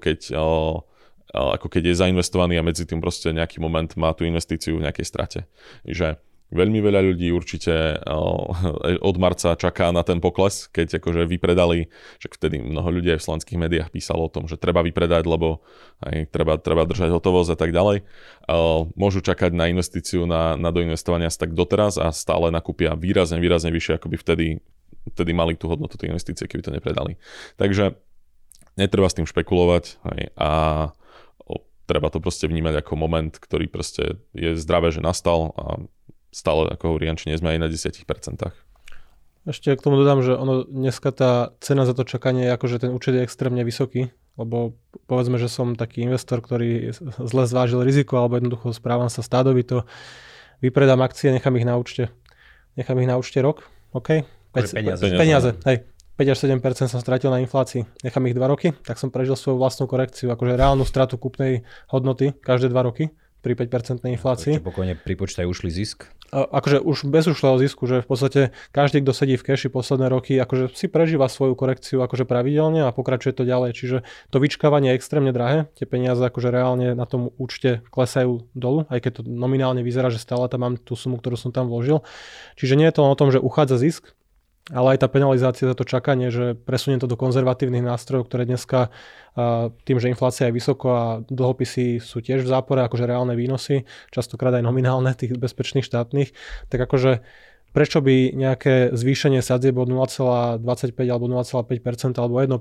keď je zainvestovaný a medzi tým proste nejaký moment má tú investíciu v nejakej strate. Že veľmi veľa ľudí určite od marca čaká na ten pokles, keď akože vypredali, že vtedy mnoho ľudí aj v slovenských médiách písalo o tom, že treba vypredať, lebo aj treba držať hotovosť a tak ďalej. Môžu čakať na investíciu, na doinvestovania tak doteraz a stále nakúpia výrazne vyššie, ako by vtedy mali tú hodnotu tej investície, keby to nepredali. Takže netreba s tým špekulovať a treba to proste vnímať ako moment, ktorý proste je zdravé, že nastal a stále, ako hovorí Janči, nie sme aj na 10%. Ešte k tomu dodám, že dneska tá cena za to čakanie, akože ten účet je extrémne vysoký, lebo povedzme, že som taký investor, ktorý zle zvážil riziko, alebo jednoducho správam sa stádovito, vypredám akcie, nechám ich na účte rok, OK? Peniaze, hej. 5 až 7% som stratil na inflácii, nechám ich 2 roky, tak som prežil svoju vlastnú korekciu, akože reálnu stratu kúpnej hodnoty každé 2 roky pri 5% inflácii. Ešte pokojne pripočítaj ušlý zisk. Akože už bez ušlého zisku, že v podstate každý, kto sedí v keši posledné roky, akože si prežíva svoju korekciu akože pravidelne a pokračuje to ďalej. Čiže to vyčkávanie je extrémne drahé. Tie peniaze akože reálne na tom účte klesajú dolu, aj keď to nominálne vyzerá, že stále tam mám tú sumu, ktorú som tam vložil. Čiže nie je to len o tom, že uchádza zisk, ale aj tá penalizácia za to čakanie, že presuniem to do konzervatívnych nástrojov, ktoré dneska tým, že inflácia je vysoko a dlhopisy sú tiež v zápore, akože reálne výnosy, častokrát aj nominálne tých bezpečných štátnych, tak akože prečo by nejaké zvýšenie sadzieb od 0,25 alebo 0,5% alebo 1%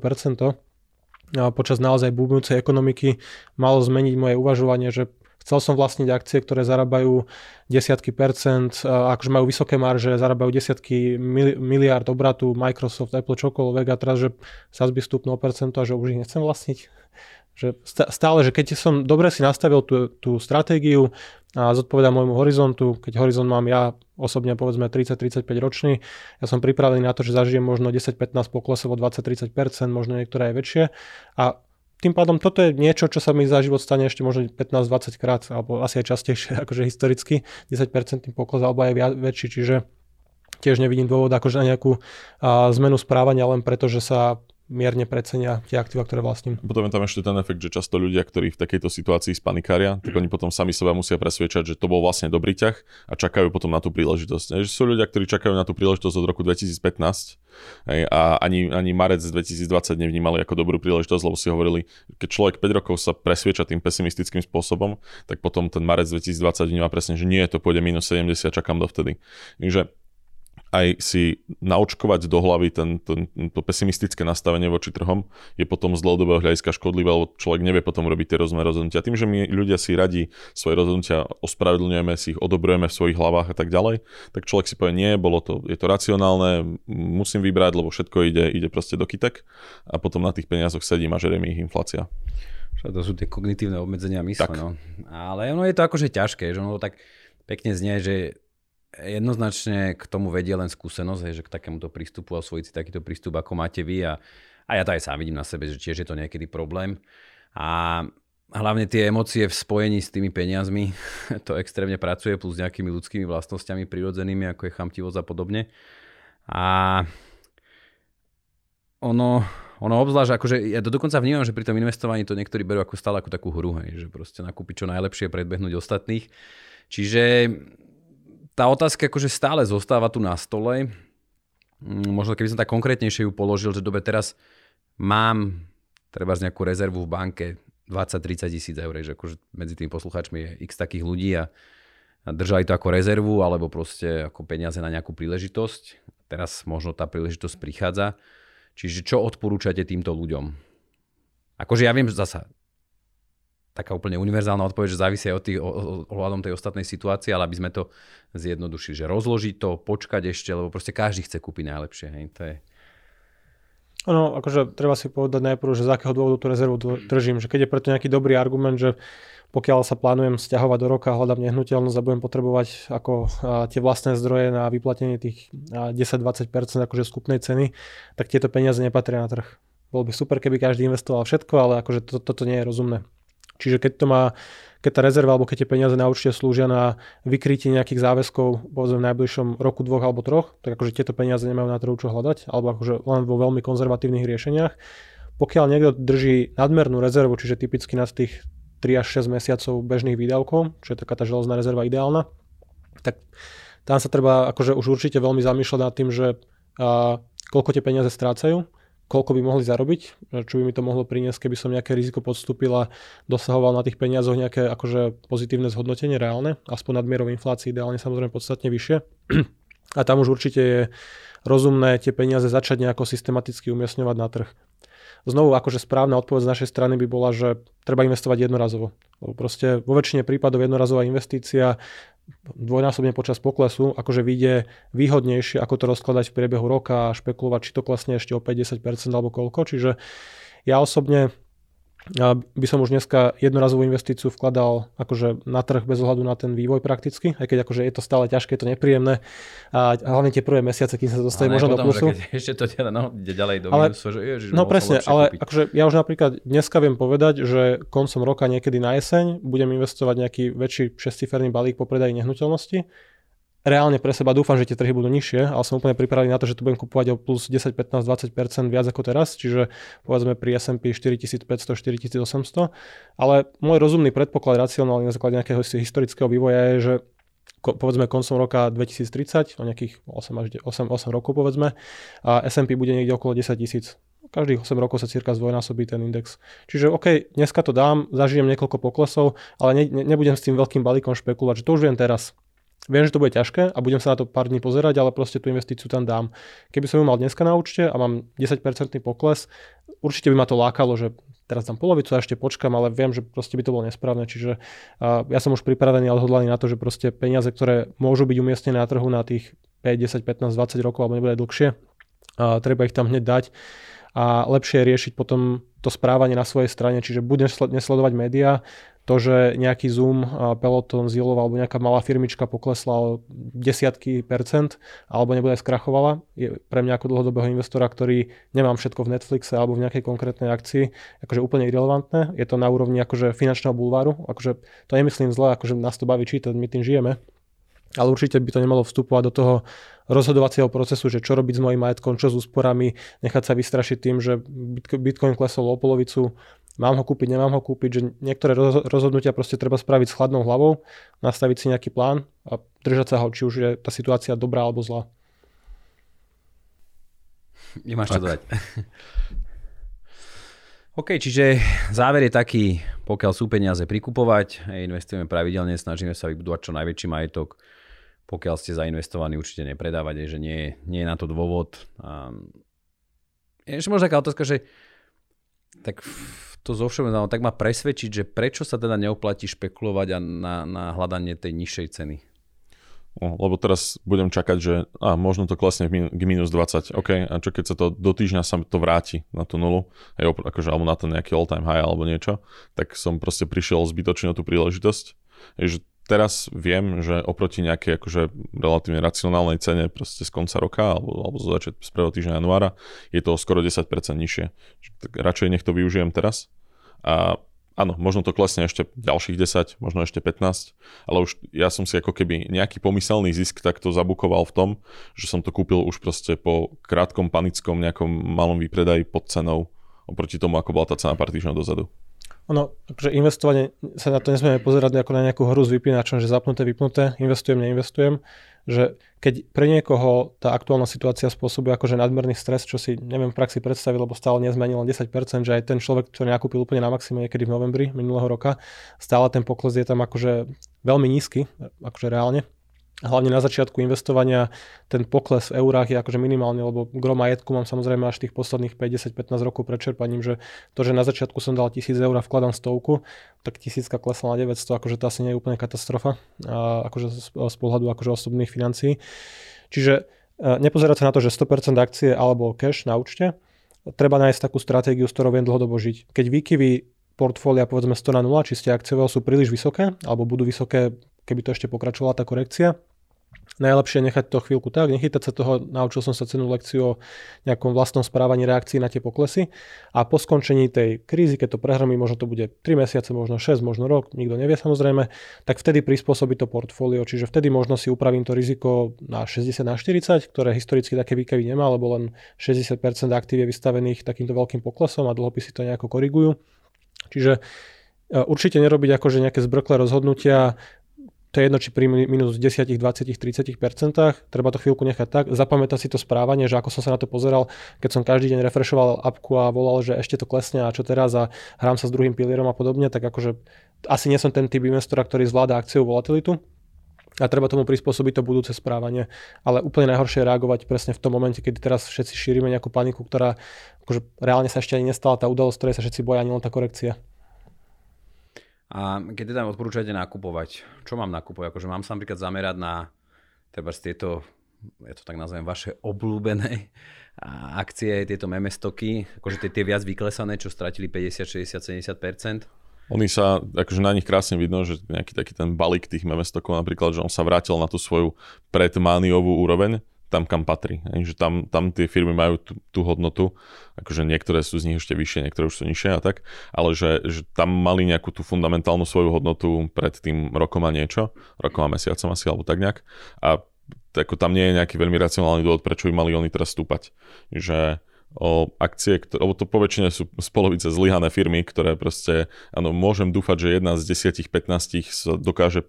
počas naozaj boomujúcej ekonomiky malo zmeniť moje uvažovanie, že chcel som vlastniť akcie, ktoré zarábajú desiatky percent, akože majú vysoké marže, zarábajú desiatky miliárd obratu, Microsoft, Apple, čokoľvek a teraz, že sadzby stúpnú o percento a že už ich nechcem vlastniť. Že stále, že keď som dobre si nastavil tú stratégiu a zodpovedám môjmu horizontu, keď horizont mám ja osobne povedzme 30-35 ročný, ja som pripravený na to, že zažijem možno 10-15 poklesov o 20-30%, možno niektoré aj väčšie a tým pádom toto je niečo, čo sa mi za život stane ešte možno 15-20 krát, alebo asi aj častejšie, akože historicky, 10% pokles, alebo aj väčší, čiže tiež nevidím dôvod akože na nejakú zmenu správania len preto, že sa mierne precenia tie aktíva, ktoré vlastním. Potom je tam ešte ten efekt, že často ľudia, ktorí v takejto situácii spanikária, tak oni potom sami seba musia presviečať, že to bol vlastne dobrý ťah a čakajú potom na tú príležitosť. Že sú ľudia, ktorí čakajú na tú príležitosť od roku 2015 a ani marec 2020 nevnímali ako dobrú príležitosť, lebo si hovorili, keď človek 5 rokov sa presvieča tým pesimistickým spôsobom, tak potom ten marec 2020 vníma presne, že nie, to pôjde minus 70, čakám dovtedy. Takže aj si naočkovať do hlavy to pesimistické nastavenie voči trhom je potom z dlhodobého hľadiska škodlivé, lebo človek nevie potom robiť tie rozumné rozhodnutia. Tým, že my ľudia si radi svoje rozhodnutia ospravedlňujeme, si ich odobrujeme v svojich hlavách a tak ďalej, tak človek si povie, nie, je to racionálne, musím vybrať, lebo všetko ide proste do kytek a potom na tých peniazoch sedím a žerie mi ich inflácia. To sú tie kognitívne obmedzenia mysle, no. Ale ono je to akože ťažké, že ono to tak pekne znie, že jednoznačne k tomu vedie len skúsenosť, že k takémuto prístupu a osvojiť si takýto prístup, ako máte vy a ja to aj sám vidím na sebe, že tiež je to niekedy problém a hlavne tie emócie v spojení s tými peniazmi to extrémne pracuje plus nejakými ľudskými vlastnosťami prirodzenými, ako je chamtivosť a podobne a ono obzvlášť, akože ja to dokonca vnímam, že pri tom investovaní to niektorí berú ako stále ako takú hru, že proste nakúpiť čo najlepšie, predbehnúť ostatných, čiže tá otázka akože stále zostáva tu na stole. Možno keby som tak konkrétnejšie ju položil, že dobe teraz mám treba z nejakú rezervu v banke 20-30 tisíc eur, že akože medzi tými poslucháčmi je x takých ľudí a držali to ako rezervu alebo proste ako peniaze na nejakú príležitosť. Teraz možno tá príležitosť prichádza. Čiže čo odporúčate týmto ľuďom? Akože ja viem, že zasa taká úplne univerzálna odpoveď, že závisí aj od ohľadom tej ostatnej situácie, ale aby sme to zjednodušili, že rozložiť to, počkať ešte, lebo proste každý chce kúpiť najlepšie. Hej? To je... Ono, akože treba si povedať najprv, že z akého dôvodu tú rezervu držím, že keď je preto nejaký dobrý argument, že pokiaľ sa plánujem sťahovať do roka, hľadám nehnuteľnosť a budem potrebovať ako tie vlastné zdroje na vyplatenie tých 10-20% akože skupnej ceny, tak tieto peniaze nepatria na trh. Bolo by super, keby každý investoval všetko, ale akože toto nie je rozumné. Čiže keď tá rezerva alebo keď tie peniaze na účte slúžia na vykrytie nejakých záväzkov povedzme v najbližšom roku, 2 alebo 3, tak akože tieto peniaze nemajú na trhu čo hľadať, alebo akože len vo veľmi konzervatívnych riešeniach. Pokiaľ niekto drží nadmernú rezervu, čiže typicky na tých 3 až 6 mesiacov bežných výdavkov, čo je taká tá železná rezerva ideálna, tak tam sa treba akože už určite veľmi zamýšľať nad tým, že koľko tie peniaze strácajú, koľko by mohli zarobiť, čo by mi to mohlo priniesť, keby som nejaké riziko podstúpil a dosahoval na tých peniazoch nejaké akože pozitívne zhodnotenie reálne, aspoň nad mierou inflácie, ideálne samozrejme podstatne vyššie. A tam už určite je rozumné tie peniaze začať nejako systematicky umiestňovať na trh. Znovu akože správna odpoveď z našej strany by bola, že treba investovať jednorazovo. Lebo proste vo väčšine prípadov jednorazová investícia dvojnásobne počas poklesu akože vyjde výhodnejšie, ako to rozkladať v priebehu roka a špekulovať, či to klesne ešte o 50% alebo koľko. Čiže ja osobne by som už dneska jednorazovú investíciu vkladal akože na trh bez ohľadu na ten vývoj prakticky, aj keď akože je to stále ťažké, je to nepríjemné a hlavne tie prvé mesiace, kým sa dostane možno do plusu. Ešte to ide ďalej do minusu, že ježiš, no presne, ale akože ja už napríklad dneska viem povedať, že koncom roka niekedy na jeseň budem investovať nejaký väčší 6-ciferný balík po predaji nehnuteľnosti. Reálne pre seba dúfam, že tie trhy budú nižšie, ale som úplne pripravený na to, že tu budem kupovať o plus 10, 15, 20% viac ako teraz, čiže povedzme pri S&P 4500, 4800, ale môj rozumný predpoklad racionálny na základe nejakého historického vývoja je, že povedzme koncom roka 2030, o nejakých 8 rokov povedzme, a S&P bude niekde okolo 10 000. Každých 8 rokov sa cirka zdvojnásobí ten index. Čiže OK, dneska to dám, zažijem niekoľko poklesov, ale nebudem s tým veľkým balíkom špekulovať, že to už viem teraz. Viem, že to bude ťažké a budem sa na to pár dní pozerať, ale proste tú investíciu tam dám. Keby som ju mal dneska na účte a mám 10% pokles, určite by ma to lákalo, že teraz dám polovicu a ešte počkam, ale viem, že proste by to bolo nesprávne. Čiže ja som už pripravený a odhodlaný na to, že proste peniaze, ktoré môžu byť umiestnené na trhu na tých 5, 10, 15, 20 rokov alebo nebude dlhšie, treba ich tam hneď dať a lepšie je riešiť potom to správanie na svojej strane, čiže buď nesledovať médiá, to, že nejaký Zoom, Peloton, Zillow alebo nejaká malá firmička poklesla o desiatky percent alebo nebude aj skrachovala, je pre mňa ako dlhodobého investora, ktorý nemám všetko v Netflixe alebo v nejakej konkrétnej akcii, akože úplne irelevantné. Je to na úrovni akože finančného bulváru, akože to nemyslím zle, akože nás to baví čítať, my tým žijeme. ale určite by to nemalo vstupovať do toho rozhodovacieho procesu, že čo robiť s mojím majetkom, čo s úsporami, nechať sa vystrašiť tým, že Bitcoin klesol o polovicu, mám ho kúpiť, nemám ho kúpiť, že niektoré rozhodnutia proste treba spraviť s chladnou hlavou, nastaviť si nejaký plán a držať sa ho, či už je tá situácia dobrá alebo zlá. Nemáš čo dodať. OK, čiže záver je taký, pokiaľ sú peniaze prikupovať, investujeme pravidelne, snažíme sa vybudovať čo najväčší majetok. Pokiaľ ste zainvestovaní, určite nepredávať, že nie je na to dôvod. Ešte možno taká otázka, že tak to zo všeobecného tak ma presvedčiť, že prečo sa teda neoplatí špekulovať na hľadanie tej nižšej ceny? Lebo teraz budem čakať, že možno to klesne k minus 20. OK, a čo keď sa to do týždňa sa to vráti na tú nulu, akože, alebo na ten nejaký all-time high alebo niečo, tak som proste prišiel zbytočne o tú príležitosť. Že teraz viem, že oproti nejakej akože relatívne racionálnej cene proste z konca roka alebo z prvého týždňa januára je to skoro 10% nižšie. Tak radšej nech to využijem teraz. A áno, možno to klesne ešte ďalších 10, možno ešte 15, ale už ja som si ako keby nejaký pomyselný zisk takto zabukoval v tom, že som to kúpil už proste po krátkom panickom nejakom malom výpredaji pod cenou oproti tomu, ako bola tá cena pár týždňov dozadu. Ono, takže investovanie sa na to nesmieme pozerať ako na nejakú hru s vypínačom, že zapnuté, vypnuté, investujem, neinvestujem, že keď pre niekoho tá aktuálna situácia spôsobuje akože nadmerný stres, čo si neviem v praxi predstaviť, lebo stále nezmenil len 10%, že aj ten človek, ktorý nakúpil úplne na maximum niekedy v novembri minulého roka, stále ten pokles je tam akože veľmi nízky, akože reálne. Hlavne na začiatku investovania ten pokles v eurách je akože minimálny, lebo gro majetku mám samozrejme až tých posledných 5, 10, 15 rokov pred čerpaním, že to, že na začiatku som dal 1000 eur a vkladám 100, tak 1000 klesla na 900, akože to asi nie je úplne katastrofa, akože z pohľadu akože osobných financií. Čiže nepozerať sa na to, že 100% akcie alebo cash na účte, treba nájsť takú stratégiu, s ktorou viem dlhodobo žiť. Keď výkyvy portfólia povedzme 100 na 0, či ste akciového sú príliš vysoké, alebo budú vysoké, keby to ešte pokračovala tá korekcia, najlepšie nechať to chvíľku tak, nechytať sa toho, naučil som sa cennú lekciu o nejakom vlastnom správaní reakcií na tie poklesy a po skončení tej krízy, keď to prehromí, možno to bude 3 mesiace, možno 6, možno rok, nikto nevie samozrejme, tak vtedy prispôsobí to portfólio, čiže vtedy možno si upravím to riziko na 60/40, ktoré historicky také výkyvy nemá, lebo len 60% aktív je vystavených takýmto veľkým poklesom a dlhopisy to nejako korigujú. Čiže určite nerobiť akože nejaké zbrklé rozhodnutia. To je jedno, či pri minus 10, 20, 30%, treba to chvíľku nechať tak, zapamätať si to správanie, že ako som sa na to pozeral, keď som každý deň refreshoval apku a volal, že ešte to klesne a čo teraz a hrám sa s druhým pilierom a podobne, tak akože asi nie som ten typ investora, ktorý zvláda akciovú volatilitu a treba tomu prispôsobiť to budúce správanie, ale úplne najhoršie je reagovať presne v tom momente, keď teraz všetci šírime nejakú paniku, ktorá akože reálne sa ešte ani nestala tá udalosť, ktorej sa všetci boja, ani len tá korekcia. A keď teda odporúčate nakupovať, čo mám nakupovať? Akože mám sa napríklad zamerať na treba tieto, ja to tak nazvem, vaše obľúbené akcie, tieto meme stoky, akože tie viac vyklesané, čo stratili 50, 60, 70%. Oni sa, akože na nich krásne vidno, že nejaký taký ten balík tých meme stokov napríklad, že on sa vrátil na tú svoju predmániovú úroveň, tam kam patrí. Že tam tie firmy majú tú hodnotu, akože niektoré sú z nich ešte vyššie, niektoré už sú nižšie a tak, ale že tam mali nejakú tú fundamentálnu svoju hodnotu pred tým rokom a niečo, rokom a mesiacom asi, alebo tak nejak. A ako tam nie je nejaký veľmi racionálny dôvod, prečo by mali oni teraz stúpať. Že akcie, lebo to poväčšine sú z polovice zlyhané firmy, ktoré proste, áno, môžem dúfať, že jedna z 10-15 sa dokáže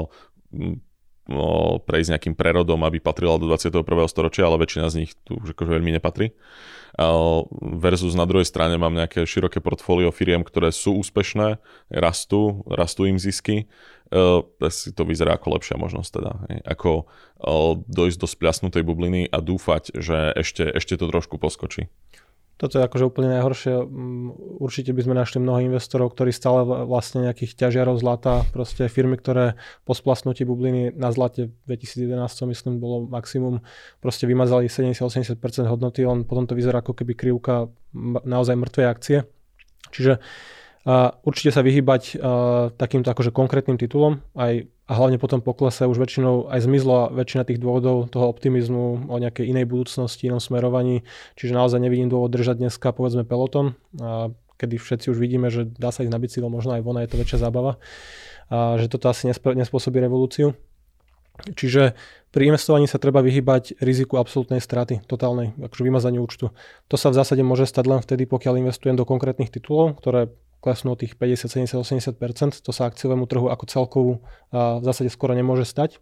prejsť nejakým prerodom, aby patrila do 21. storočia, ale väčšina z nich tu už akože veľmi nepatrí. Versus na druhej strane mám nejaké široké portfólio firiem, ktoré sú úspešné, rastú im zisky. Si to vyzerá ako lepšia možnosť teda. Ako dojsť do spľasnutej bubliny a dúfať, že ešte to trošku poskočí. Toto je akože úplne najhoršie. Určite by sme našli mnoho investorov, ktorí stále vlastne nejakých ťažiarov zlata, proste firmy, ktoré po splasnutí bubliny na zlate v 2011 myslím bolo maximum, proste vymazali 70-80% hodnoty, len potom to vyzerá ako keby krivka naozaj mŕtvej akcie. Čiže určite sa vyhýbať takýmto akože konkrétnym titulom a hlavne po tom poklese už väčšinou aj zmizla väčšina tých dôvodov toho optimizmu o nejakej inej budúcnosti, inom smerovaní. Čiže naozaj nevidím dôvod držať dneska povedzme Peloton, kedy všetci už vidíme, že dá sa ísť na bicykel, možno aj von, je to väčšia zábava. A že toto asi nespôsobí revolúciu. Čiže pri investovaní sa treba vyhýbať riziku absolútnej straty, totálnej, akože vymazaniu účtu. To sa v zásade môže stať len vtedy, pokiaľ investujem do konkrétnych titulov, ktoré klesnú o tých 50, 70, 80%. To sa akciovému trhu ako celkovu v zásade skoro nemôže stať.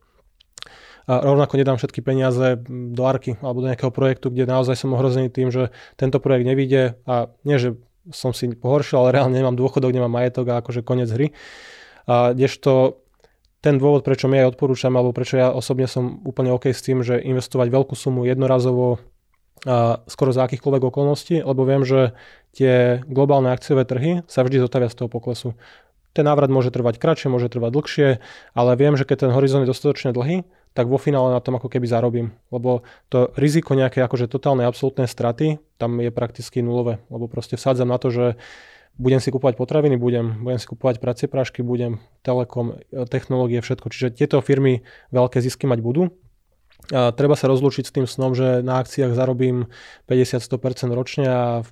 A rovnako nedám všetky peniaze do Arky alebo do nejakého projektu, kde naozaj som ohrozený tým, že tento projekt nevyjde a nie, že som si pohoršil, ale reálne nemám dôchodok, nemám majetok a akože koniec hry. A kdežto ten dôvod, prečo mi aj odporúčam, alebo prečo ja osobne som úplne OK s tým, že investovať veľkú sumu jednorazovo a skoro za akýchkoľvek okolností, lebo viem, že tie globálne akciové trhy sa vždy zotavia z toho poklesu. Ten návrat môže trvať kratšie, môže trvať dlhšie, ale viem, že keď ten horizont je dostatočne dlhý, tak vo finále na tom ako keby zarobím. Lebo to riziko nejakej akože totálnej absolútnej straty tam je prakticky nulové. Lebo proste vsádzam na to, že budem si kupovať potraviny, budem si kupovať pracie prášky, budem telekom, technológie, všetko. Čiže tieto firmy veľké zisky mať budú. A treba sa rozlúčiť s tým snom, že na akciách zarobím 50-100% ročne a v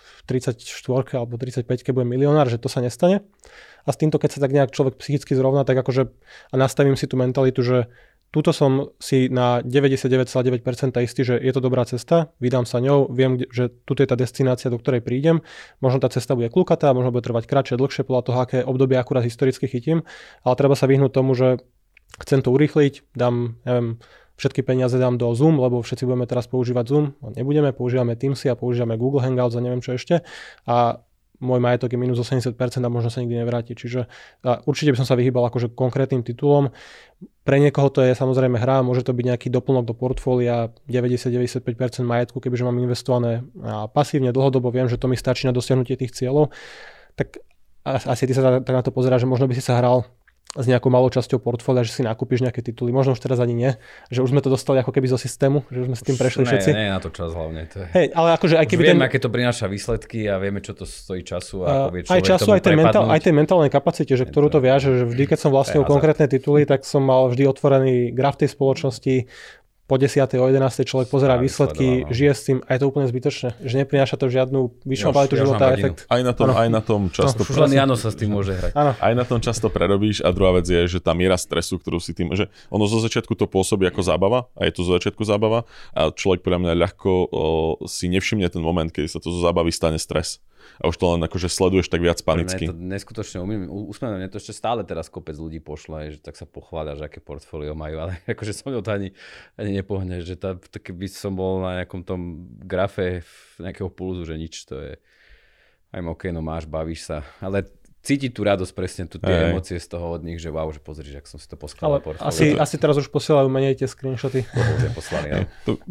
34 alebo 35 budem milionár, že to sa nestane. A s týmto, keď sa tak nejak človek psychicky zrovná, tak akože a nastavím si tú mentalitu, že tuto som si na 99,9% istý, že je to dobrá cesta, vydám sa ňou, viem, že tuto je tá destinácia, do ktorej prídem. Možno tá cesta bude kľukatá, možno bude trvať kratšie, dlhšie, podľa toho, aké obdobie akurát historicky chytím, ale treba sa vyhnúť tomu, že chcem to urýchliť, dám, neviem, všetky peniaze dám do Zoom, lebo všetci budeme teraz používať Zoom, nebudeme, používame Teamsy a používame Google Hangouts a neviem čo ešte. A môj majetok je minus 80% a možno sa nikdy nevráti. Čiže určite by som sa vyhýbal akože konkrétnym titulom. Pre niekoho to je samozrejme hra, môže to byť nejaký doplnok do portfólia 90-95% majetku, kebyže mám investované pasívne, dlhodobo, viem, že to mi stačí na dosiahnutie tých cieľov. Tak asi ty sa tak na to pozeráš, že možno by si sa hral s nejakou malou časťou portfólia, že si nakúpiš nejaké tituly. Možno už teraz ani nie, že už sme to dostali ako keby zo systému, že už sme s tým prešli všetci. Nie, na to čas hlavne. To je... Hej, ale akože aj keby vieme, aké to prináša výsledky a vieme, čo to stojí času a ako vie človek aj času, aj tej mentálnej kapacite, že ktorú to viaže, že vždy, keď som vlastnil konkrétne tituly, tak som mal vždy otvorený graf tej spoločnosti. Po 10. o 11. človek pozerá výsledky, žije s tým a je to úplne zbytočné, že neprináša to žiadnu vyššiu kvalitu života a efekt. Aj na tom často Jano sa s tým môže hrať. Aj na tom často prerobíš a druhá vec je, že tá miera stresu, ktorú si tým, že ono zo začiatku to pôsobí ako zábava a je to zo začiatku zábava a človek podľa mňa ľahko si nevšimne ten moment, keď sa to zo zábavy stane stres. A už to len akože sleduješ tak viac panicky. Mne to neskutočne usmievam, mne to ešte stále teraz kopec ľudí pošle, že tak sa pochváľa, že aké portfólio majú, ale akože som to ani nepohne, že keby som bol na nejakom tom grafe nejakého pulzu, že nič, to je aj OK, no máš, bavíš sa, ale cítiť tú radosť presne, tie emócie z toho od nich, že wow, že pozri, že ak som si to poskladal portfólio. Asi teraz už posielajú menej tie screenshoty. Poslali,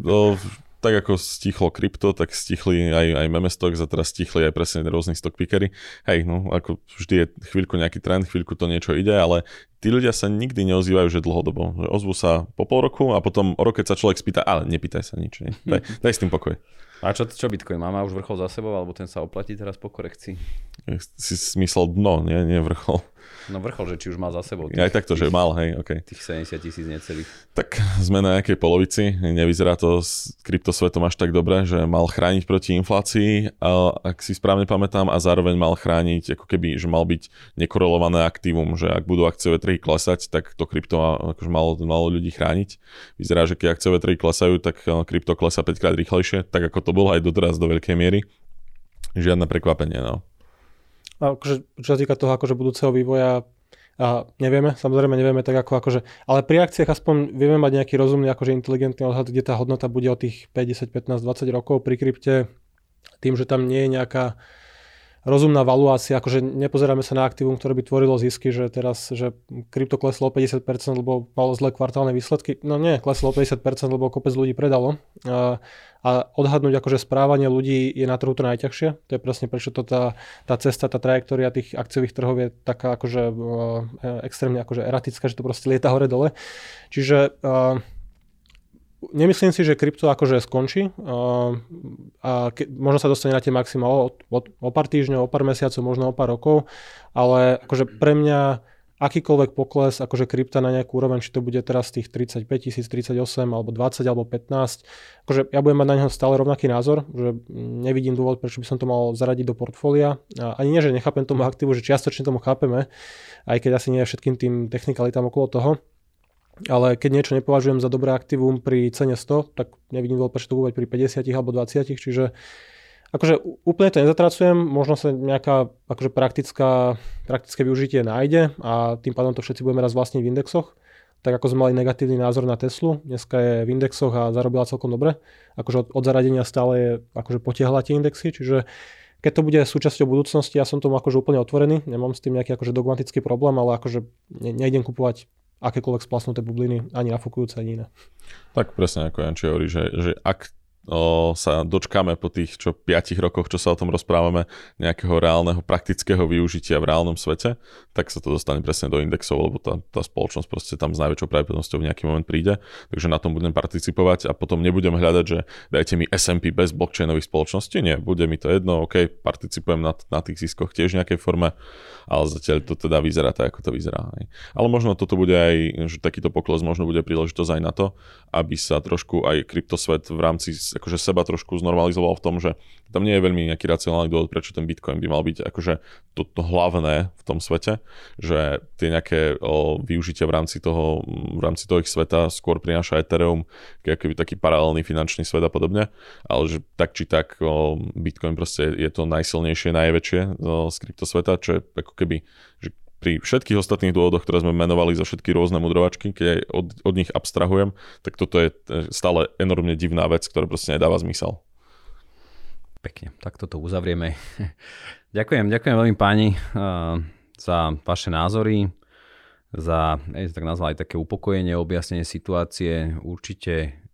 tak ako stichlo krypto, tak stichli aj meme stocks a teraz stichli aj presne rôznych stock pickery. Hej, no ako vždy je chvíľku nejaký trend, chvíľku to niečo ide, ale tí ľudia sa nikdy neozývajú, že dlhodobo. Že ozvú sa po pol roku a potom o rok, keď sa človek spýta, ale nepýtaj sa nič. Daj s tým pokoj. A čo Bitcoin? Má už vrchol za sebou, alebo ten sa oplatí teraz po korekcii? Si myslel dno, nie vrchol. No vrchol, že či už mal za sebou. Aj takto, že mal, hej, OK. Tých 70,000 necelých. Tak sme na nejakej polovici. Nevyzerá to s kryptosvetom až tak dobre, že mal chrániť proti inflácii, ak si správne pamätám, a zároveň mal chrániť, ako keby, že mal byť nekorelované aktívum, že ak budú akciové trhy klesať, tak to krypto akože malo ľudí chrániť. Vyzerá, že keď akciové trhy klesajú, tak krypto klesá 5 krát rýchlejšie, tak ako to bolo aj doteraz do veľkej miery. Žiadne prekvapenie, no. Akože, čo sa týka toho akože budúceho vývoja, nevieme, samozrejme nevieme tak akože, ale pri akciách aspoň vieme mať nejaký rozumný, akože inteligentný odhad, kde tá hodnota bude o tých 50, 15, 20 rokov pri krypte, tým, že tam nie je nejaká rozumná valuácia, akože nepozeráme sa na aktívum, ktoré by tvorilo zisky, že teraz, že krypto kleslo o 50%, lebo malo zlé kvartálne výsledky. No nie, kleslo o 50%, lebo kopec ľudí predalo. A odhadnúť akože správanie ľudí je na trhu to najťažšie. To je presne prečo to tá cesta, tá trajektória tých akciových trhov je taká akože extrémne akože eratická, že to proste lieta hore dole. Čiže nemyslím si, že krypto akože skončí a možno sa dostane na tie maxima o pár týždňov, o pár mesiacov, možno o pár rokov, ale akože pre mňa akýkoľvek pokles akože krypta na nejakú úroveň, či to bude teraz tých 35 000, 38 alebo 20 alebo 15, akože ja budem mať na neho stále rovnaký názor, že nevidím dôvod, prečo by som to mal zaradiť do portfólia. Ani nie, že nechápem tomu aktívu, že čiastočne tomu chápeme, aj keď asi nie je všetkým tým technikalitám okolo toho. ale keď niečo nepovažujem za dobré aktívum pri cene 100, tak nevidím dôvod, prečo to kúpať pri 50 alebo 20, čiže akože úplne to nezatracujem, možno sa nejaká akože praktické využitie nájde a tým pádom to všetci budeme raz vlastniť v indexoch. Tak ako sme mali negatívny názor na Teslu, dneska je v indexoch a zarobila celkom dobre. Akože od zaradenia stále je akože potiahla tie indexy, čiže keď to bude súčasťou budúcnosti, ja som tomu akože úplne otvorený, nemám s tým nejaký akože dogmatický problém, ale akože nejdem kupovať akékoľvek splasnuté bubliny, ani nafúkujúce, ani iné. Tak presne ako Janči hovorí, že ak sa dočkáme po tých 5 rokoch, čo sa o tom rozprávame, nejakého reálneho praktického využitia v reálnom svete, tak sa to dostane presne do indexov, lebo tá spoločnosť proste tam s najväčšou pravdepodobnosťou v nejaký moment príde, takže na tom budem participovať a potom nebudem hľadať, že dajte mi S&P bez blockchainových spoločností, nie, bude mi to jedno, OK, participujem na tých ziskoch tiež v nejakej forme, ale zatiaľ to teda vyzerá tak, ako to vyzerá. Ale možno toto bude aj, že takýto pokles možno bude príležitosť aj na to, aby sa trošku aj kryptosvet v rámci akože seba trošku znormalizoval v tom, že tam nie je veľmi nejaký racionálny dôvod, prečo ten Bitcoin by mal byť akože to hlavné v tom svete, že tie nejaké využitia v rámci toho ich sveta skôr prináša Ethereum, keby taký paralelný finančný svet a podobne, ale že tak či tak Bitcoin proste je to najsilnejšie, najväčšie z kryptosveta, čo je ako keby, že pri všetkých ostatných dôvodoch, ktoré sme menovali za všetky rôzne mudrovačky, keď aj od nich abstrahujem, tak toto je stále enormne divná vec, ktorá proste nedáva zmysel. Pekne, tak toto uzavrieme. Ďakujem veľmi páni za vaše názory, za, tak nazval aj také upokojenie, objasnenie situácie. Určite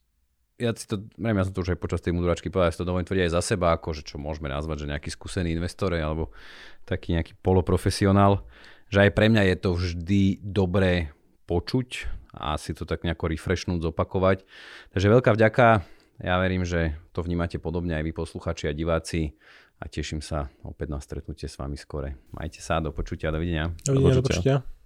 ja som to už aj počas tej mudrovačky povedal, ja si to dovolím tvrdiť aj za seba, akože čo môžeme nazvať, že nejaký skúsený investor alebo taký nejaký poloprofesionál, že aj pre mňa je to vždy dobré počuť a si to tak nejako refreshnúť, zopakovať. Takže veľká vďaka, ja verím, že to vnímate podobne aj vy posluchači a diváci a teším sa opäť na stretnutie s vami skore. Majte sa, do počutia, dovidenia. Do počutia.